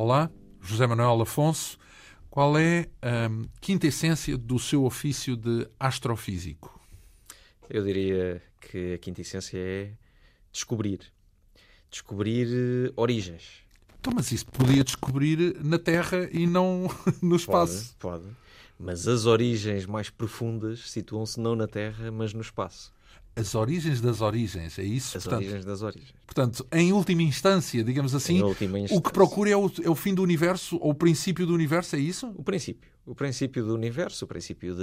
Olá, José Manuel Afonso. Qual é a quinta essência do seu ofício de astrofísico? Eu diria que a quinta essência é descobrir. Descobrir origens. Então, mas isso podia descobrir na Terra e não no espaço. Pode. Mas as origens mais profundas situam-se não na Terra, mas no espaço. As origens das origens, é isso? As origens das origens. Portanto, em última instância, digamos assim, o que procura é o fim do universo, ou o princípio do universo, é isso? O princípio do universo, o princípio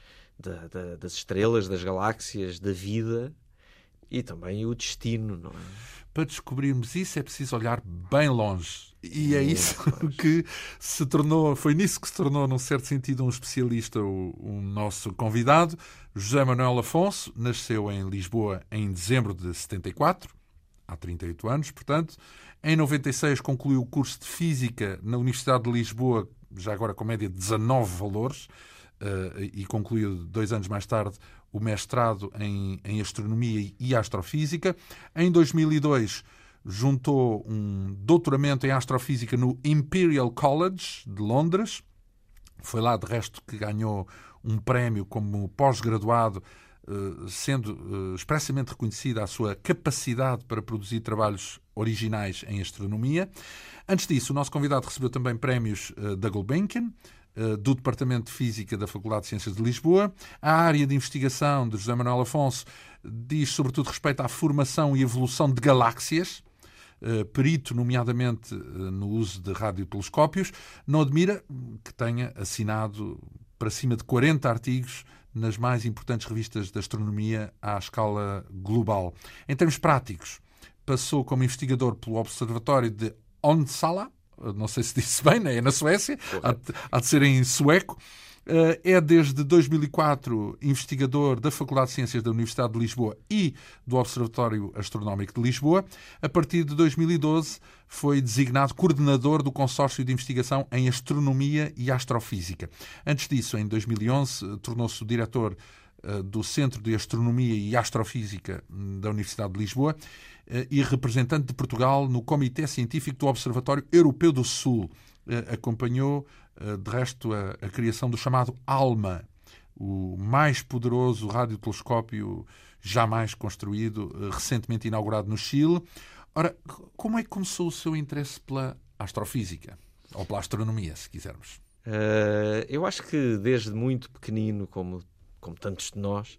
das estrelas, das galáxias, da vida e também o destino, não é? Para descobrirmos isso é preciso olhar bem longe. E é isso que se tornou, foi nisso que se tornou, num certo sentido, um especialista, o nosso convidado. José Manuel Afonso nasceu em Lisboa em dezembro de 74, há 38 anos, portanto. Em 96 concluiu o curso de Física na Universidade de Lisboa, já agora com média de 19 valores, e concluiu 2 anos mais tarde o mestrado em Astronomia e Astrofísica. Em 2002 juntou um doutoramento em Astrofísica no Imperial College de Londres. Foi lá, de resto, que ganhou um prémio como pós-graduado, sendo expressamente reconhecida a sua capacidade para produzir trabalhos originais em astronomia. Antes disso, o nosso convidado recebeu também prémios da Gulbenkian, do Departamento de Física da Faculdade de Ciências de Lisboa. A área de investigação de José Manuel Afonso diz sobretudo respeito à formação e evolução de galáxias, perito nomeadamente no uso de radiotelescópios. Não admira que tenha assinado para cima de 40 artigos nas mais importantes revistas de astronomia à escala global. Em termos práticos, passou como investigador pelo Observatório de Onsala, não sei se disse bem, é na Suécia, há de ser em sueco. É desde 2004 investigador da Faculdade de Ciências da Universidade de Lisboa e do Observatório Astronómico de Lisboa. A partir de 2012 foi designado coordenador do consórcio de investigação em astronomia e astrofísica. Antes disso, em 2011, tornou-se o diretor do Centro de Astronomia e Astrofísica da Universidade de Lisboa e representante de Portugal no Comitê Científico do Observatório Europeu do Sul. Acompanhou, de resto, a criação do chamado ALMA, o mais poderoso radiotelescópio jamais construído, recentemente inaugurado no Chile. Ora, como é que começou o seu interesse pela astrofísica? Ou pela astronomia, se quisermos? Eu acho que desde muito pequenino, como tantos de nós,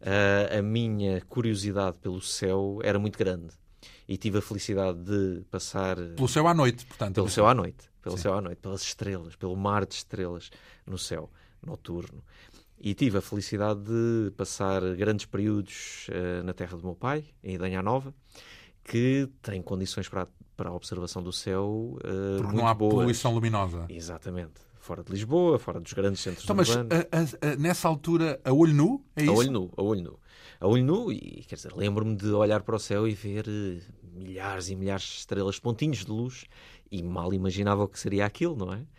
a minha curiosidade pelo céu era muito grande. E tive a felicidade de passar... Pelo céu à noite, portanto. Pelo céu à noite, pelas estrelas, pelo mar de estrelas no céu noturno. E tive a felicidade de passar grandes períodos na terra do meu pai, em Idanha Nova, que tem condições para a observação do céu porque muito não há boas. poluição luminosa. Exatamente. Fora de Lisboa, fora dos grandes centros então, urbanos. Mas nessa altura, a olho nu, é isso? A olho nu, e quer dizer, lembro-me de olhar para o céu e ver milhares e milhares de estrelas, pontinhos de luz, e mal imaginava o que seria aquilo, não é?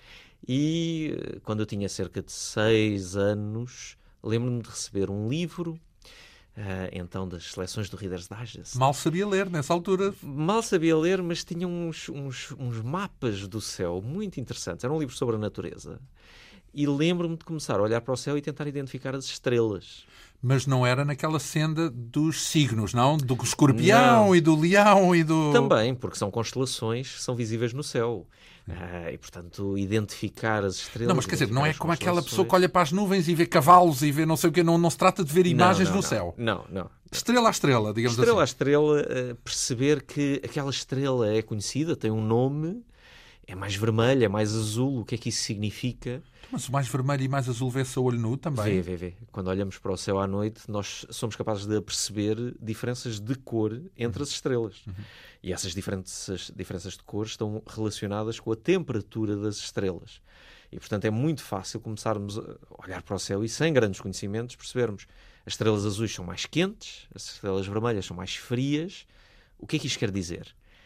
E quando eu tinha cerca de 6 anos, lembro-me de receber um livro, então das seleções do Reader's Digest. Mal sabia ler nessa altura. Mal sabia ler, mas tinha uns mapas do céu muito interessantes. Era um livro sobre a natureza. E lembro-me de começar a olhar para o céu e tentar identificar as estrelas. Mas não era naquela senda dos signos, não? Do escorpião não. E do leão e do... Também, porque são constelações que são visíveis no céu. E, portanto, identificar as estrelas... Não, mas quer dizer, não é como aquela pessoa que olha para as nuvens e vê cavalos e vê não sei o quê. Não se trata de ver imagens no céu. Não. Estrela a estrela, digamos assim. Estrela a estrela, perceber que aquela estrela é conhecida, tem um nome, é mais vermelha, é mais azul. O que é que isso significa? Mas o mais vermelho e mais azul vê-se a olho nu também. Vê. Quando olhamos para o céu à noite, nós somos capazes de perceber diferenças de cor entre as estrelas. E essas diferenças de cor estão relacionadas com a temperatura das estrelas. E, portanto, é muito fácil começarmos a olhar para o céu e, sem grandes conhecimentos, percebermos as estrelas azuis são mais quentes, as estrelas vermelhas são mais frias. O que é que isto quer dizer?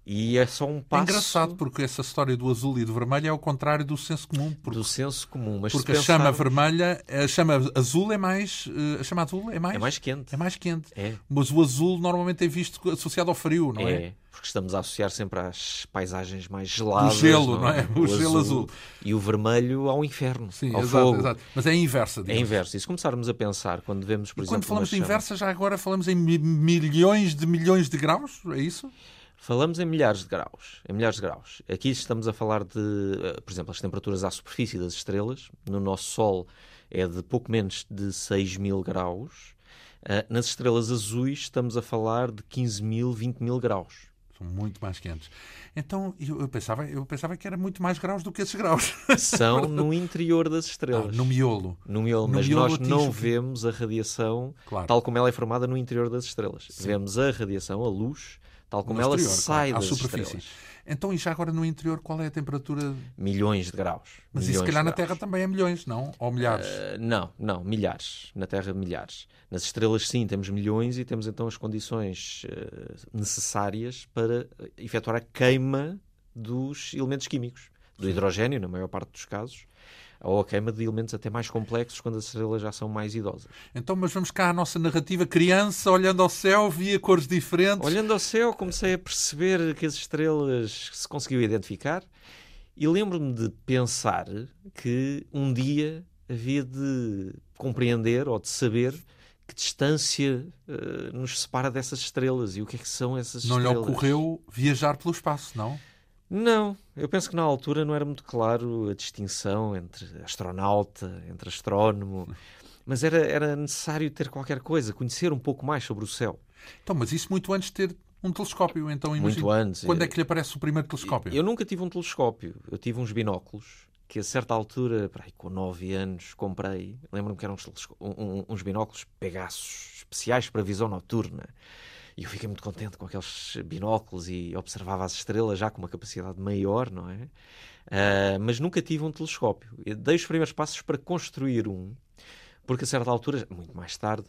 E é só um É passo engraçado porque essa história do azul e do vermelho é ao contrário do senso comum. do senso comum. Mas Porque se a chama pensarmos, vermelha, a chama azul é mais... A chama azul é mais... é mais quente. É mais quente. É. Mas o azul normalmente é visto associado ao frio, não é? Porque estamos a associar sempre às paisagens mais geladas. O gelo, não é? O gelo azul. E o vermelho ao inferno, Sim, ao exato, fogo. exato. Mas é a inversa, É digamos. inverso. E se começarmos a pensar, quando vemos, por E exemplo, quando falamos de uma chama- inversa, já agora falamos em milhões de graus? É isso? Falamos em milhares de graus. Em milhares de graus. Aqui estamos a falar de, por exemplo, as temperaturas à superfície das estrelas. No nosso Sol é de pouco menos de 6.000 graus. Nas estrelas azuis estamos a falar de 15.000, 20.000 graus. São muito mais quentes. Então, eu pensava que era muito mais graus do que esses graus. São no interior das estrelas. No miolo. No miolo, No mas miolo nós não atinge- vemos a radiação Claro. tal como ela é formada no interior das estrelas. Vemos a radiação, a luz, tal como No ela exterior, sai claro, à das superfície. estrelas. Então, e já agora no interior, qual é a temperatura? Milhões de graus. Mas isso, se Milhões calhar, de na graus. Terra também é milhões, não? Ou milhares? Não, milhares. Na Terra, milhares. Nas estrelas, sim, temos milhões e temos então as condições necessárias para efetuar a queima dos elementos químicos. Do hidrogénio, na maior parte dos casos, ou a queima de elementos até mais complexos quando as estrelas já são mais idosas. Então, mas vamos cá à nossa narrativa. Criança, olhando ao céu, via cores diferentes. Olhando ao céu, comecei a perceber que as estrelas se conseguiu identificar e lembro-me de pensar que um dia havia de compreender ou de saber que distância nos separa dessas estrelas e o que é que são essas Não lhe estrelas. ocorreu viajar pelo espaço, não? Não, eu penso que na altura não era muito claro a distinção entre astronauta, entre astrónomo, mas era necessário ter qualquer coisa, conhecer um pouco mais sobre o céu. Então, mas isso muito antes de ter um telescópio. Então, imagino, Muito antes. quando é que lhe aparece o primeiro telescópio? Eu nunca tive um telescópio, eu tive uns binóculos que a certa altura, com 9 anos, comprei. Lembro-me que eram uns binóculos Pegasus, especiais para visão noturna. E eu fiquei muito contente com aqueles binóculos e observava as estrelas já com uma capacidade maior, não é? Mas nunca tive um telescópio. Eu dei os primeiros passos para construir um, porque a certa altura, muito mais tarde,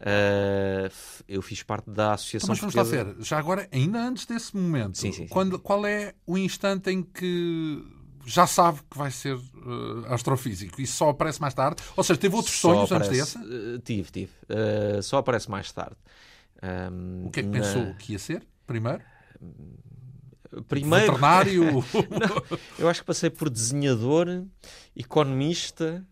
eu fiz parte da Então, Associação mas vamos lá Portuguesa... ver, já agora, ainda antes desse momento, Sim. qual é o instante em que já sabe que vai ser astrofísico? Isso só aparece mais tarde? Ou seja, teve outros sonhos antes desse? Tive. Só aparece mais tarde. O que é que pensou que ia ser, primeiro? Primeiro, Veterinário? não, eu acho que passei por desenhador, economista,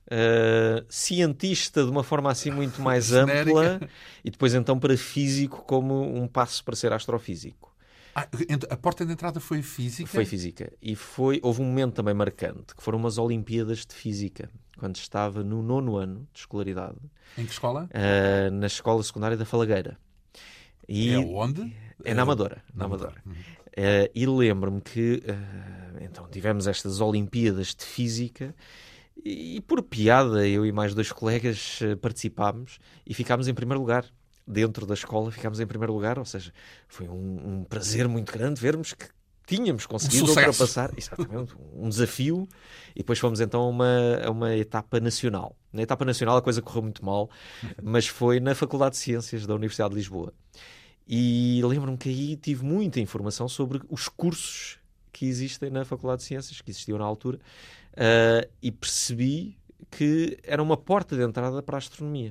cientista de uma forma assim muito mais Genérica. ampla e depois então para físico como um passo para ser astrofísico. A porta de entrada foi física? Foi física. E houve um momento também marcante, que foram umas Olimpíadas de Física, quando estava no 9º ano de escolaridade. Em que escola? Na escola secundária da Falagueira. E É onde? é na Amadora. Na Amadora. E lembro-me que então tivemos estas Olimpíadas de Física e por piada eu e mais 2 colegas participámos e ficámos em primeiro lugar. Dentro da escola ficámos em primeiro lugar, ou seja, foi um prazer muito grande vermos que tínhamos conseguido ultrapassar exatamente, um desafio e depois fomos então a uma etapa nacional. Na etapa nacional a coisa correu muito mal, mas foi na Faculdade de Ciências da Universidade de Lisboa. E lembro-me que aí tive muita informação sobre os cursos que existem na Faculdade de Ciências, que existiam na altura, e percebi que era uma porta de entrada para a astronomia.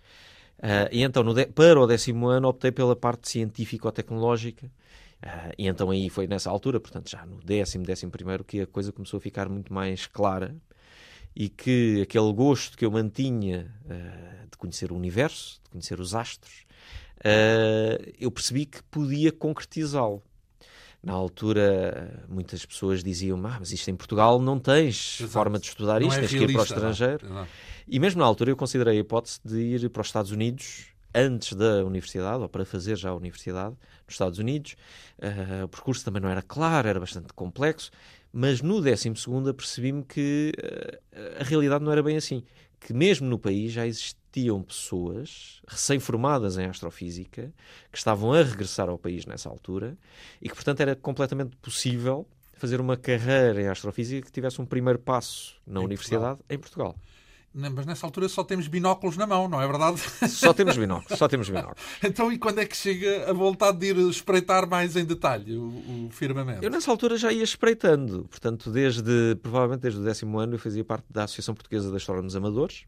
E então, para o 10º ano, optei pela parte científico-tecnológica. E então aí foi nessa altura, portanto já no 11º, que a coisa começou a ficar muito mais clara e que aquele gosto que eu mantinha de conhecer o universo, de conhecer os astros, eu percebi que podia concretizá-lo. Na altura, muitas pessoas diziam, mas isto em Portugal não tens forma de estudar isto, tens que ir para o estrangeiro. Não. E mesmo na altura eu considerei a hipótese de ir para os Estados Unidos antes da universidade, ou para fazer já a universidade nos Estados Unidos. O percurso também não era claro, era bastante complexo, mas no 12º percebi-me que a realidade não era bem assim. Que mesmo no país já existiam pessoas recém-formadas em astrofísica que estavam a regressar ao país nessa altura e que, portanto, era completamente possível fazer uma carreira em astrofísica que tivesse um primeiro passo na universidade em Portugal. Mas nessa altura só temos binóculos na mão, não é verdade? Só temos binóculos, só temos binóculos. Então, e quando é que chega a vontade de ir espreitar mais em detalhe o firmamento? Eu nessa altura já ia espreitando. Portanto, provavelmente desde o 10º ano eu fazia parte da Associação Portuguesa de Astrónomos Amadores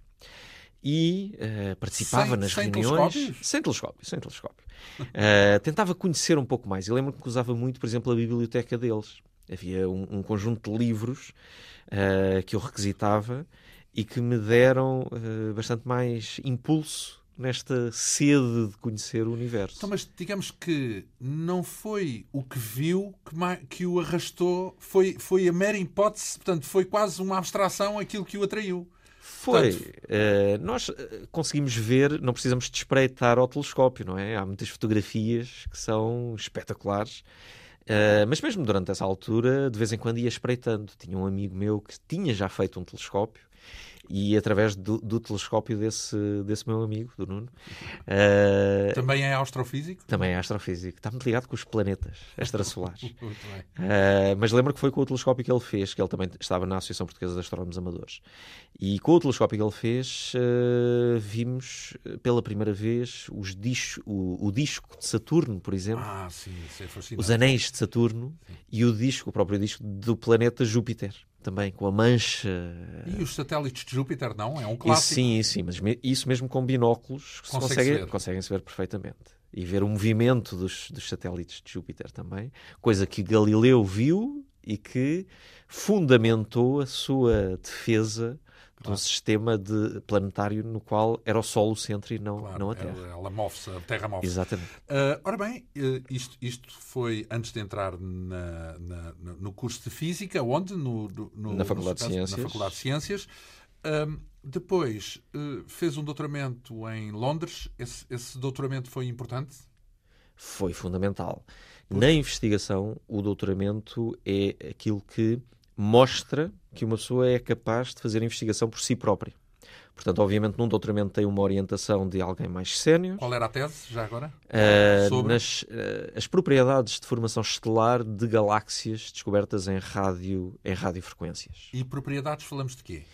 e participava nas reuniões... Sem telescópio. Tentava conhecer um pouco mais. Eu lembro-me que usava muito, por exemplo, a biblioteca deles. Havia um conjunto de livros que eu requisitava e que me deram bastante mais impulso nesta sede de conhecer o universo. Então, mas digamos que não foi o que viu que o arrastou, foi a mera hipótese, portanto, foi quase uma abstração aquilo que o atraiu. Foi. Nós conseguimos ver, não precisamos de espreitar ao telescópio, não é? Há muitas fotografias que são espetaculares. Mas mesmo durante essa altura, de vez em quando ia espreitando. Tinha um amigo meu que tinha já feito um telescópio e através do telescópio desse meu amigo, do Nuno... Também é astrofísico? Também é astrofísico. Está muito ligado com os planetas extrasolares. Muito bem. Mas lembro que foi com o telescópio que ele fez, que ele também estava na Associação Portuguesa de Astrónomos Amadores. E com o telescópio que ele fez, vimos pela primeira vez o disco de Saturno, por exemplo. Sim, isso é fascinante. Os anéis de Saturno e o próprio disco do planeta Júpiter. Também com a mancha. E os satélites de Júpiter, não? É um clássico. Sim, mas isso mesmo com binóculos conseguem-se ver perfeitamente. E ver o movimento dos satélites de Júpiter também. Coisa que Galileu viu e que fundamentou a sua defesa de um sistema planetário no qual era o Sol o centro e não a Terra. Ela move-se, a Terra move-se. Exatamente. Ora bem, isto foi antes de entrar no curso de Física, onde? Na Faculdade de Ciências. Na Faculdade de Ciências. Depois fez um doutoramento em Londres. Esse doutoramento foi importante? Foi fundamental. Na investigação, o doutoramento é aquilo que mostra que uma pessoa é capaz de fazer investigação por si própria. Portanto, obviamente, num doutoramento tem uma orientação de alguém mais sénior. Qual era a tese, já agora? Sobre as propriedades de formação estelar de galáxias descobertas em radiofrequências. E propriedades falamos de quê?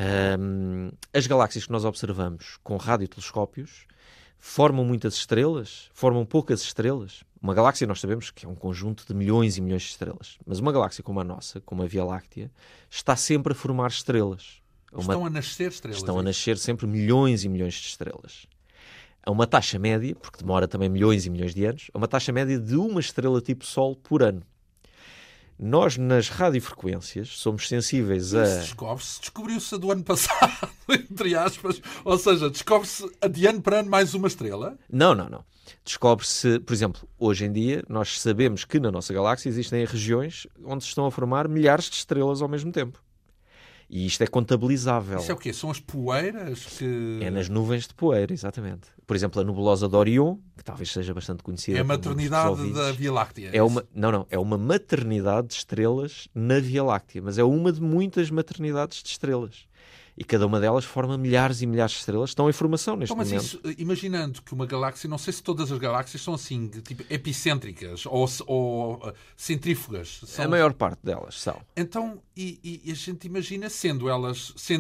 As galáxias que nós observamos com radiotelescópios formam muitas estrelas, formam poucas estrelas. Uma galáxia nós sabemos que é um conjunto de milhões e milhões de estrelas. Mas uma galáxia como a nossa, como a Via Láctea, está sempre a formar estrelas. Estão a nascer estrelas. Estão a nascer sempre milhões e milhões de estrelas. A uma taxa média, porque demora também milhões e milhões de anos, a uma taxa média de uma estrela tipo Sol por ano. Nós, nas radiofrequências, somos sensíveis a... Descobriu-se do ano passado, entre aspas. Ou seja, descobre-se de ano para ano mais uma estrela? Não. Descobre-se, por exemplo, hoje em dia, nós sabemos que na nossa galáxia existem regiões onde se estão a formar milhares de estrelas ao mesmo tempo. E isto é contabilizável. Isso é o quê? São as poeiras que... É nas nuvens de poeira, exatamente. Por exemplo, a nebulosa de Orion, que talvez seja bastante conhecida. É a maternidade da Via Láctea. É uma maternidade de estrelas na Via Láctea, mas é uma de muitas maternidades de estrelas. E cada uma delas forma milhares e milhares de estrelas. Estão em formação neste momento. Mas isso, imaginando que uma galáxia, não sei se todas as galáxias são assim, tipo epicêntricas ou centrífugas. A maior parte delas são. Então, e a gente imagina, sendo a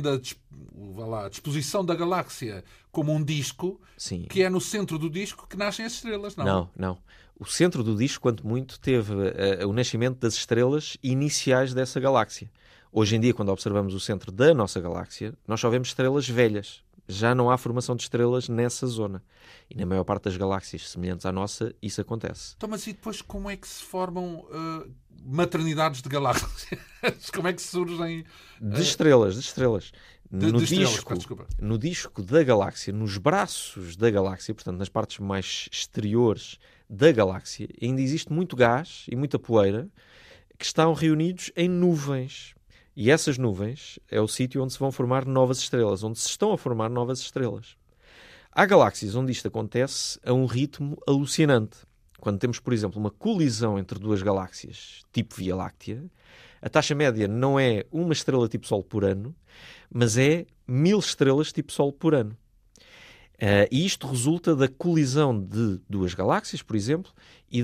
disposição da galáxia como um disco, sim, que é no centro do disco que nascem as estrelas, não? Não. O centro do disco, quanto muito, teve o nascimento das estrelas iniciais dessa galáxia. Hoje em dia, quando observamos o centro da nossa galáxia, nós só vemos estrelas velhas. Já não há formação de estrelas nessa zona. E na maior parte das galáxias semelhantes à nossa, isso acontece. Então, mas e depois como é que se formam maternidades de galáxias? Como é que surgem... De estrelas. No disco da galáxia, nos braços da galáxia, portanto, nas partes mais exteriores da galáxia, ainda existe muito gás e muita poeira que estão reunidos em nuvens. E essas nuvens é o sítio onde se vão formar novas estrelas, onde se estão a formar novas estrelas. Há galáxias onde isto acontece a um ritmo alucinante. Quando temos, por exemplo, uma colisão entre duas galáxias, tipo Via Láctea, a taxa média não é uma estrela tipo Sol por ano, mas é 1000 estrelas tipo Sol por ano. E isto resulta da colisão de duas galáxias, por exemplo, e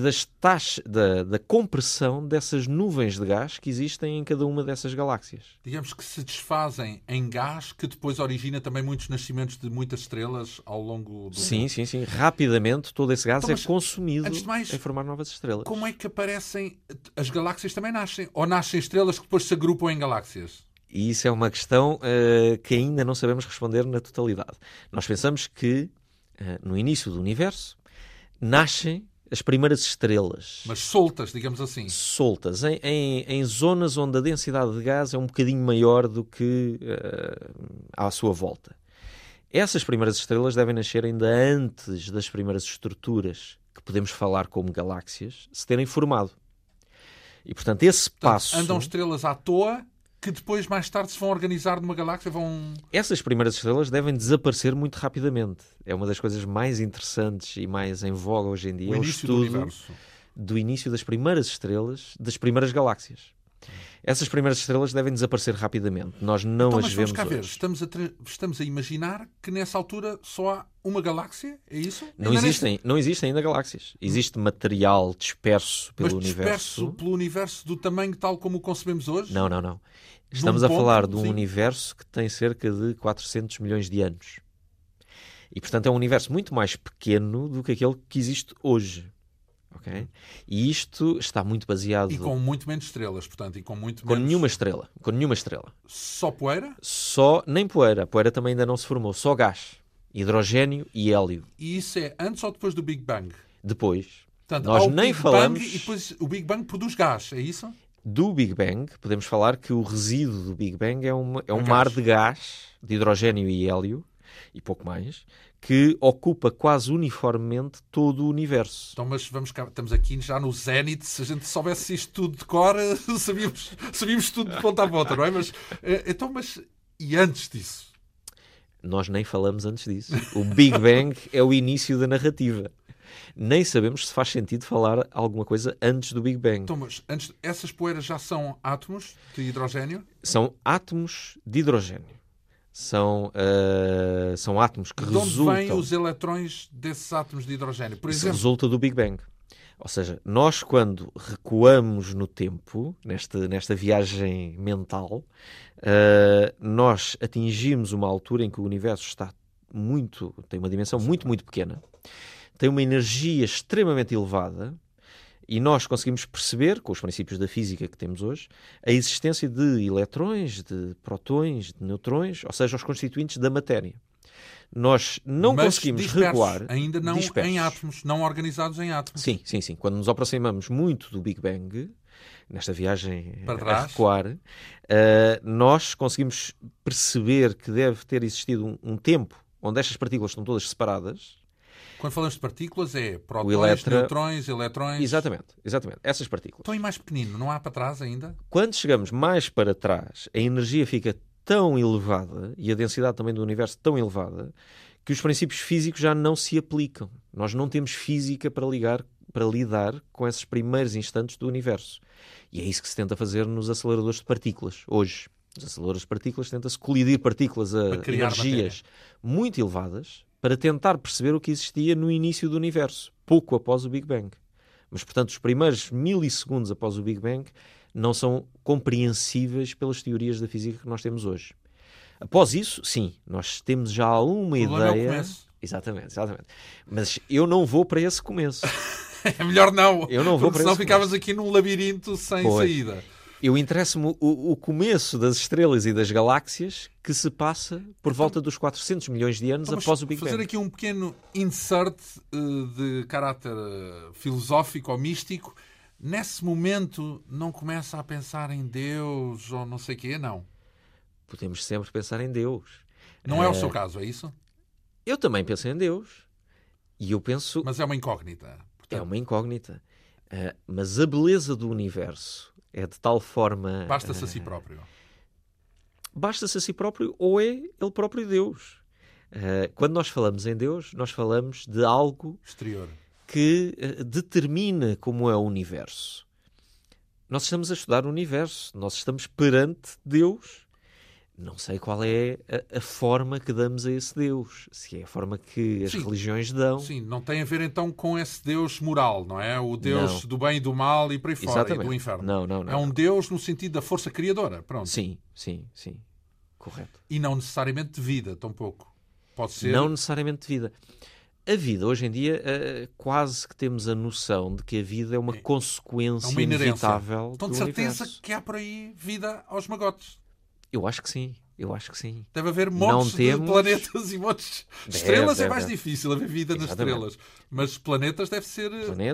da compressão dessas nuvens de gás que existem em cada uma dessas galáxias. Digamos que se desfazem em gás, que depois origina também muitos nascimentos de muitas estrelas ao longo do Sim. Rapidamente todo esse gás então, é consumido antes de mais, em formar novas estrelas. Como é que aparecem... As galáxias também nascem? Ou nascem estrelas que depois se agrupam em galáxias? E isso é uma questão que ainda não sabemos responder na totalidade. Nós pensamos que, no início do universo, nascem as primeiras estrelas. Mas soltas, digamos assim. Soltas, em zonas onde a densidade de gás é um bocadinho maior do que à sua volta. Essas primeiras estrelas devem nascer ainda antes das primeiras estruturas que podemos falar como galáxias se terem formado. E, portanto, esse passo... Andam estrelas à toa... que depois, mais tarde, se vão organizar numa galáxia, Essas primeiras estrelas devem desaparecer muito rapidamente. É uma das coisas mais interessantes e mais em voga hoje em dia. O início do universo. Do início das primeiras estrelas, das primeiras galáxias. Essas primeiras estrelas devem desaparecer rapidamente. Nós não as vemos hoje. Estamos a imaginar que nessa altura só há uma galáxia? É isso? Não existem ainda galáxias. Existe material disperso pelo universo. Disperso pelo universo do tamanho tal como o concebemos hoje? Não. Estamos a falar de um universo que tem cerca de 400 milhões de anos. E, portanto, é um universo muito mais pequeno do que aquele que existe hoje. Okay? E isto está muito baseado... E com muito menos estrelas, portanto, Com nenhuma estrela. Só poeira? Nem poeira. A poeira também ainda não se formou. Só gás. Hidrogénio e hélio. E isso é antes ou depois do Big Bang? Depois. Portanto, nós nem falamos... Bang, e depois o Big Bang produz gás, é isso? Do Big Bang, podemos falar que o resíduo do Big Bang é um mar de gás, de hidrogénio e hélio, e pouco mais, que ocupa quase uniformemente todo o universo. Então, mas estamos aqui já no zénite. Se a gente soubesse isto tudo de cor, sabíamos tudo de ponta a ponta, não é? Mas e antes disso? Nós nem falamos antes disso. O Big Bang é o início da narrativa. Nem sabemos se faz sentido falar alguma coisa antes do Big Bang. Então, mas essas poeiras já são átomos de hidrogénio? São átomos de hidrogénio. São átomos que resultam... De onde vêm os eletrões desses átomos de hidrogénio? Por exemplo... Isso resulta do Big Bang. Ou seja, nós quando recuamos no tempo, nesta viagem mental, nós atingimos uma altura em que o universo tem uma dimensão muito, muito pequena, tem uma energia extremamente elevada, e nós conseguimos perceber, com os princípios da física que temos hoje, a existência de eletrões, de prótons, de neutrões, ou seja, os constituintes da matéria. Nós não conseguimos recuar... Ainda não dispersos. Em átomos, não organizados em átomos. Sim. Quando nos aproximamos muito do Big Bang, nesta viagem a recuar, nós conseguimos perceber que deve ter existido um tempo onde estas partículas estão todas separadas. Quando falamos de partículas, é prótons, neutrões, eletrões... Exatamente. Essas partículas. Estão em mais pequenino, não há para trás ainda? Quando chegamos mais para trás, a energia fica tão elevada, e a densidade também do universo tão elevada, que os princípios físicos já não se aplicam. Nós não temos física para lidar com esses primeiros instantes do universo. E é isso que se tenta fazer nos aceleradores de partículas, hoje. Nos aceleradores de partículas tenta-se colidir partículas a energias muito elevadas, para tentar perceber o que existia no início do universo, pouco após o Big Bang. Mas, portanto, os primeiros milissegundos após o Big Bang não são compreensíveis pelas teorias da física que nós temos hoje. Após isso, sim, nós temos já alguma ideia... É o começo. Exatamente. Mas eu não vou para esse começo. É melhor não. Eu não vou para esse senão ficavas aqui num labirinto sem saída. Eu interessa-me o começo das estrelas e das galáxias que se passa por volta dos 400 milhões de anos após o Big Bang. Fazer aqui um pequeno insert de caráter filosófico ou místico. Nesse momento não começa a pensar em Deus ou não sei o quê, não? Podemos sempre pensar em Deus. Não é o seu caso, é isso? Eu também penso em Deus. E eu penso... Mas é uma incógnita. Portanto... É uma incógnita. Mas a beleza do universo é de tal forma... Basta-se a si próprio. Basta-se a si próprio ou é ele próprio Deus. Quando nós falamos em Deus, nós falamos de algo... exterior. Que determina como é o universo. Nós estamos a estudar o universo. Nós estamos perante Deus. Não sei qual é a forma que damos a esse Deus. Se é a forma que as religiões dão. Sim, não tem a ver então com esse Deus moral, não é? O Deus do bem e do mal e por aí fora, e do inferno. Não. É um Deus no sentido da força criadora, pronto. Sim. Correto. E não necessariamente de vida, tampouco. Pode ser... Não necessariamente de vida. A vida, hoje em dia, quase que temos a noção de que a vida é uma consequência inevitável do universo. Estou de certeza que há por aí vida aos magotes. Eu acho que sim. Deve haver montes de planetas e montes de estrelas. É mais difícil haver vida nas estrelas. Mas planetas deve ser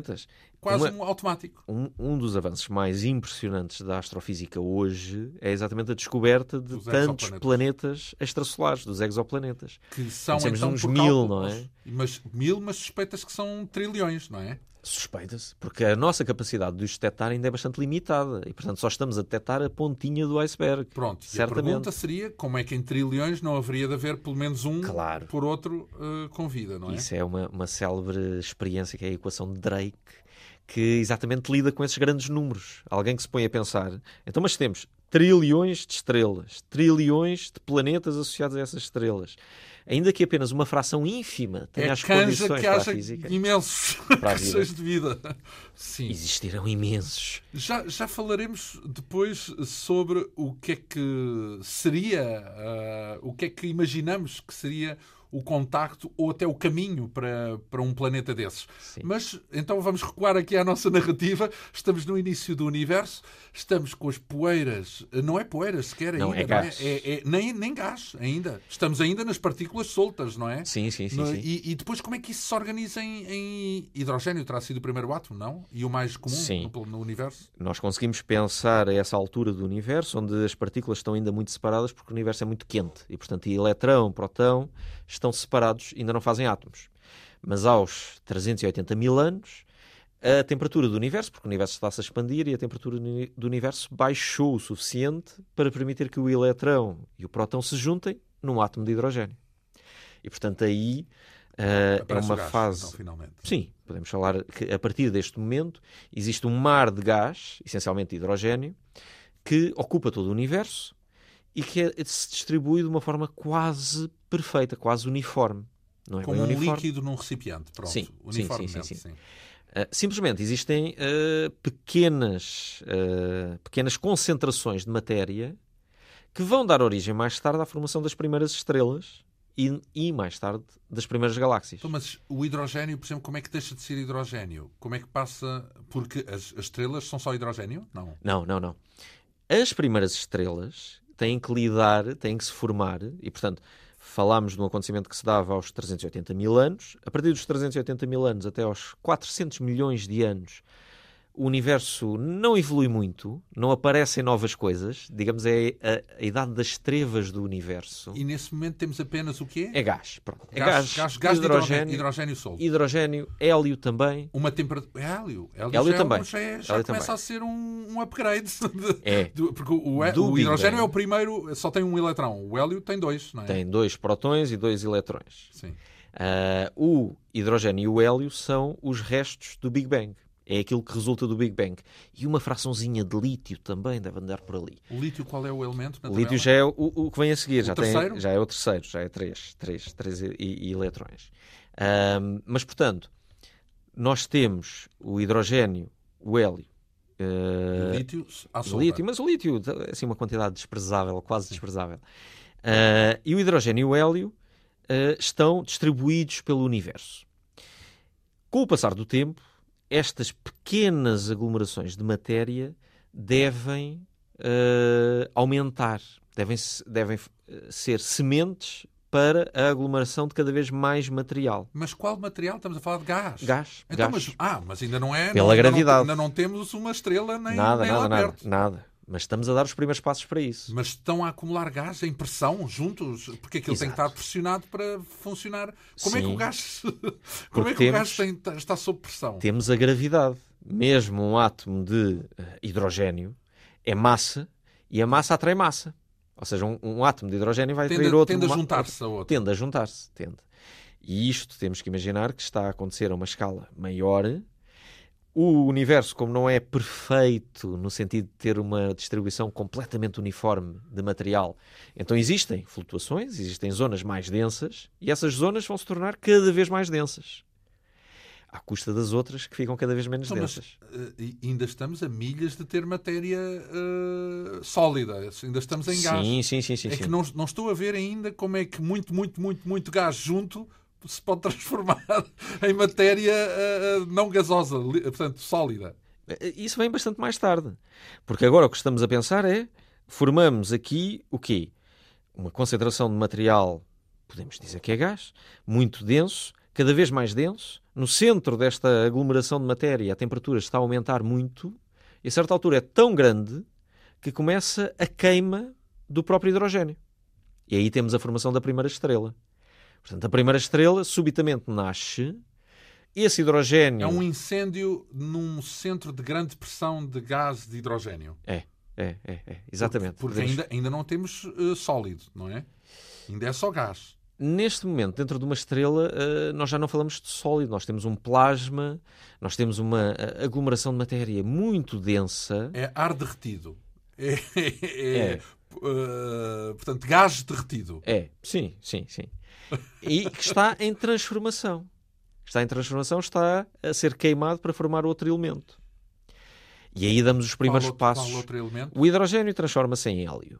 quase um automático. Um dos avanços mais impressionantes da astrofísica hoje é exatamente a descoberta de tantos planetas extrasolares, dos exoplanetas. Que são então uns 1000, não é? Mas suspeitas que são trilhões, não é? Suspeita-se, porque a nossa capacidade de os detectar ainda é bastante limitada e, portanto, só estamos a detectar a pontinha do iceberg. Pronto, certamente. E a pergunta seria como é que em trilhões não haveria de haver pelo menos um por outro com vida, não é? Isso é uma célebre experiência que é a equação de Drake, que exatamente lida com esses grandes números. Alguém que se põe a pensar, então, mas temos trilhões de estrelas, trilhões de planetas associados a essas estrelas. Ainda que apenas uma fração ínfima tenha as condições para a física. Imensos condições de vida. Sim. Existirão imensos. Já falaremos depois sobre o que é que seria, o que é que imaginamos que seria o contacto ou até o caminho para um planeta desses. Sim. Mas então vamos recuar aqui à nossa narrativa. Estamos no início do universo, estamos com as poeiras, não é poeiras sequer não, ainda, é gás. Nem gás ainda. Estamos ainda nas partículas soltas, não é? Sim. E depois como é que isso se organiza em hidrogênio? Terá sido o primeiro átomo, não? E o mais comum no universo? Nós conseguimos pensar a essa altura do universo, onde as partículas estão ainda muito separadas, porque o universo é muito quente. E, portanto, eletrão, próton estão separados e ainda não fazem átomos. Mas aos 380 mil anos, a temperatura do universo, porque o universo está-se a expandir, e a temperatura do universo baixou o suficiente para permitir que o eletrão e o próton se juntem num átomo de hidrogênio. E, portanto, aí é uma fase... Então, finalmente. Sim, podemos falar que a partir deste momento existe um mar de gás, essencialmente de hidrogênio, que ocupa todo o universo e que se distribui de uma forma quase perfeita, quase uniforme. Não é como bem um uniforme. líquido num recipiente, pronto. Sim, uniformemente. sim. Simplesmente existem pequenas concentrações de matéria que vão dar origem mais tarde à formação das primeiras estrelas e mais tarde das primeiras galáxias. Então, mas o hidrogênio, por exemplo, como é que deixa de ser hidrogênio? Como é que passa... Porque as estrelas são só hidrogênio? Não. As primeiras estrelas têm que se formar e, portanto, falámos de um acontecimento que se dava aos 380 mil anos. A partir dos 380 mil anos até aos 400 milhões de anos, o universo não evolui muito, não aparecem novas coisas. Digamos, é a idade das trevas do universo. E nesse momento temos apenas o quê? É gás. Pronto. É gás de hidrogênio sólido. Hidrogênio, hélio também. Uma temperatura... Hélio também. Já começa a ser um upgrade. Porque o hidrogênio é o primeiro, só tem um eletrão. O hélio tem dois, não é? Tem 2 prótons e 2 eletrões. Sim. O hidrogênio e o hélio são os restos do Big Bang. É aquilo que resulta do Big Bang. E uma fraçãozinha de lítio também deve andar por ali. O lítio, qual é o elemento? O lítio já é o que vem a seguir. Já é o terceiro. Já é 3 eletrões. Mas, portanto, nós temos o hidrogênio, o hélio. O lítio, mas o lítio, assim, uma quantidade desprezável, quase desprezável. E o hidrogênio e o hélio estão distribuídos pelo universo. Com o passar do tempo, estas pequenas aglomerações de matéria devem aumentar, devem ser sementes para a aglomeração de cada vez mais material. Mas qual material? Estamos a falar de gás. Gás. Então, mas ainda não é... Pela gravidade. Ainda não temos uma estrela nem perto. Nada. Mas estamos a dar os primeiros passos para isso. Mas estão a acumular gás em pressão juntos? Porque aquilo tem que estar pressionado para funcionar. Como é que o gás, está sob pressão? Temos a gravidade. Mesmo um átomo de hidrogênio é massa e a massa atrai massa. Ou seja, um átomo de hidrogênio vai atrair outro. Tende a juntar-se a outro. Tende a juntar-se. E isto temos que imaginar que está a acontecer a uma escala maior, o universo, como não é perfeito no sentido de ter uma distribuição completamente uniforme de material, então existem flutuações, existem zonas mais densas e essas zonas vão se tornar cada vez mais densas, à custa das outras que ficam cada vez menos densas. Mas ainda estamos a milhas de ter matéria sólida, ainda estamos em gás. Sim. É que não estou a ver ainda como é que muito gás junto se pode transformar em matéria não gasosa, portanto, sólida. Isso vem bastante mais tarde. Porque agora o que estamos a pensar é, formamos aqui o quê? Uma concentração de material, podemos dizer que é gás, muito denso, cada vez mais denso. No centro desta aglomeração de matéria, a temperatura está a aumentar muito, e a certa altura é tão grande que começa a queima do próprio hidrogênio. E aí temos a formação da primeira estrela. Portanto, a primeira estrela subitamente nasce, esse hidrogênio... É um incêndio num centro de grande pressão de gás de hidrogênio. Exatamente. Porque ainda não temos sólido, não é? Ainda é só gás. Neste momento, dentro de uma estrela, nós já não falamos de sólido, nós temos um plasma, nós temos uma aglomeração de matéria muito densa. É ar derretido. Portanto, gás derretido. Sim. E que está em transformação. Está a ser queimado para formar outro elemento. E aí damos os primeiros passos. Qual outro elemento? O hidrogênio transforma-se em hélio.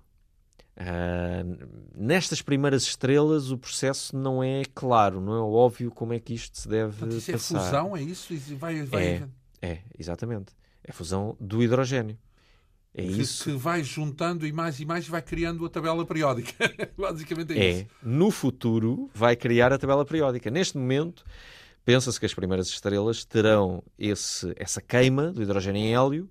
Nestas primeiras estrelas o processo não é claro, não é óbvio como é que isto se deve Portanto, isso passar. É fusão, é isso? Exatamente. É a fusão do hidrogênio. Que vai juntando e mais e vai criando a tabela periódica. Basicamente é isso. No futuro vai criar a tabela periódica. Neste momento, pensa-se que as primeiras estrelas terão essa queima do hidrogênio em hélio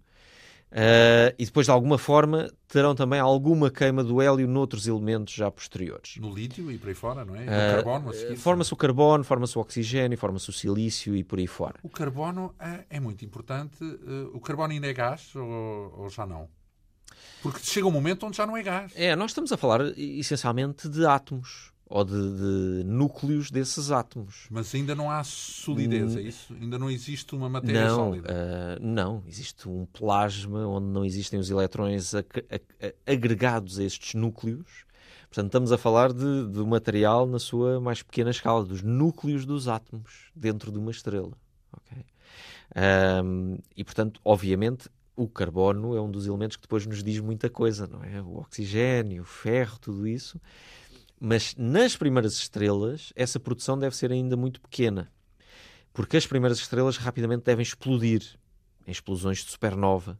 e depois, de alguma forma, terão também alguma queima do hélio noutros elementos já posteriores. No lítio e por aí fora, não é? No carbono, a seguir. Forma-se o carbono, forma-se o oxigênio, forma-se o silício e por aí fora. O carbono é muito importante. O carbono ainda é gás ou já não? Porque chega um momento onde já não é gás. Nós estamos a falar essencialmente de átomos ou de núcleos desses átomos. Mas ainda não há solidez, é isso? Ainda não existe uma matéria sólida? Não. Existe um plasma onde não existem os elétrons agregados a estes núcleos. Portanto, estamos a falar do material na sua mais pequena escala, dos núcleos dos átomos dentro de uma estrela. Okay? E, portanto, obviamente, o carbono é um dos elementos que depois nos diz muita coisa, não é? O oxigênio, o ferro, tudo isso. Mas nas primeiras estrelas, essa produção deve ser ainda muito pequena. Porque as primeiras estrelas rapidamente devem explodir em explosões de supernova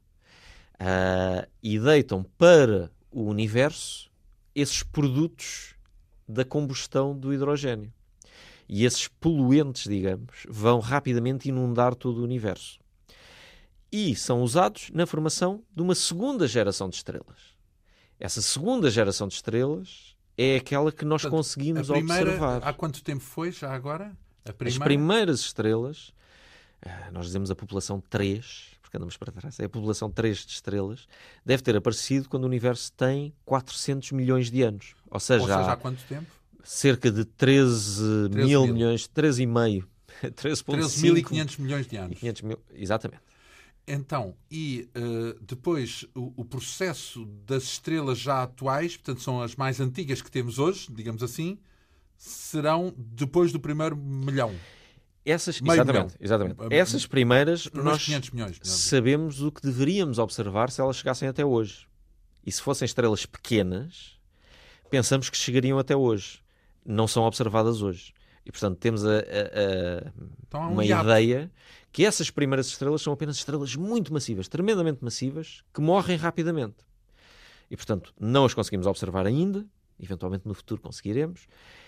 e deitam para o universo esses produtos da combustão do hidrogênio. E esses poluentes, digamos, vão rapidamente inundar todo o universo. E são usados na formação de uma segunda geração de estrelas. Essa segunda geração de estrelas é aquela que nós conseguimos observar. Há quanto tempo foi, já agora? As primeiras estrelas, nós dizemos a população 3, porque andamos para trás, é a população 3 de estrelas, deve ter aparecido quando o universo tem 400 milhões de anos. Ou seja há quanto tempo? Cerca de 13 mil milhões, 13,5, 13.500 milhões de anos. Exatamente. Então, depois o processo das estrelas já atuais, portanto são as mais antigas que temos hoje, digamos assim, serão depois do primeiro milhão. Exatamente. Essas primeiras, nós 500 milhões. Sabemos o que deveríamos observar se elas chegassem até hoje. E se fossem estrelas pequenas, pensamos que chegariam até hoje. Não são observadas hoje. E, portanto, temos uma ideia que essas primeiras estrelas são apenas estrelas muito massivas, tremendamente massivas, que morrem rapidamente. E, portanto, não as conseguimos observar ainda, eventualmente no futuro conseguiremos.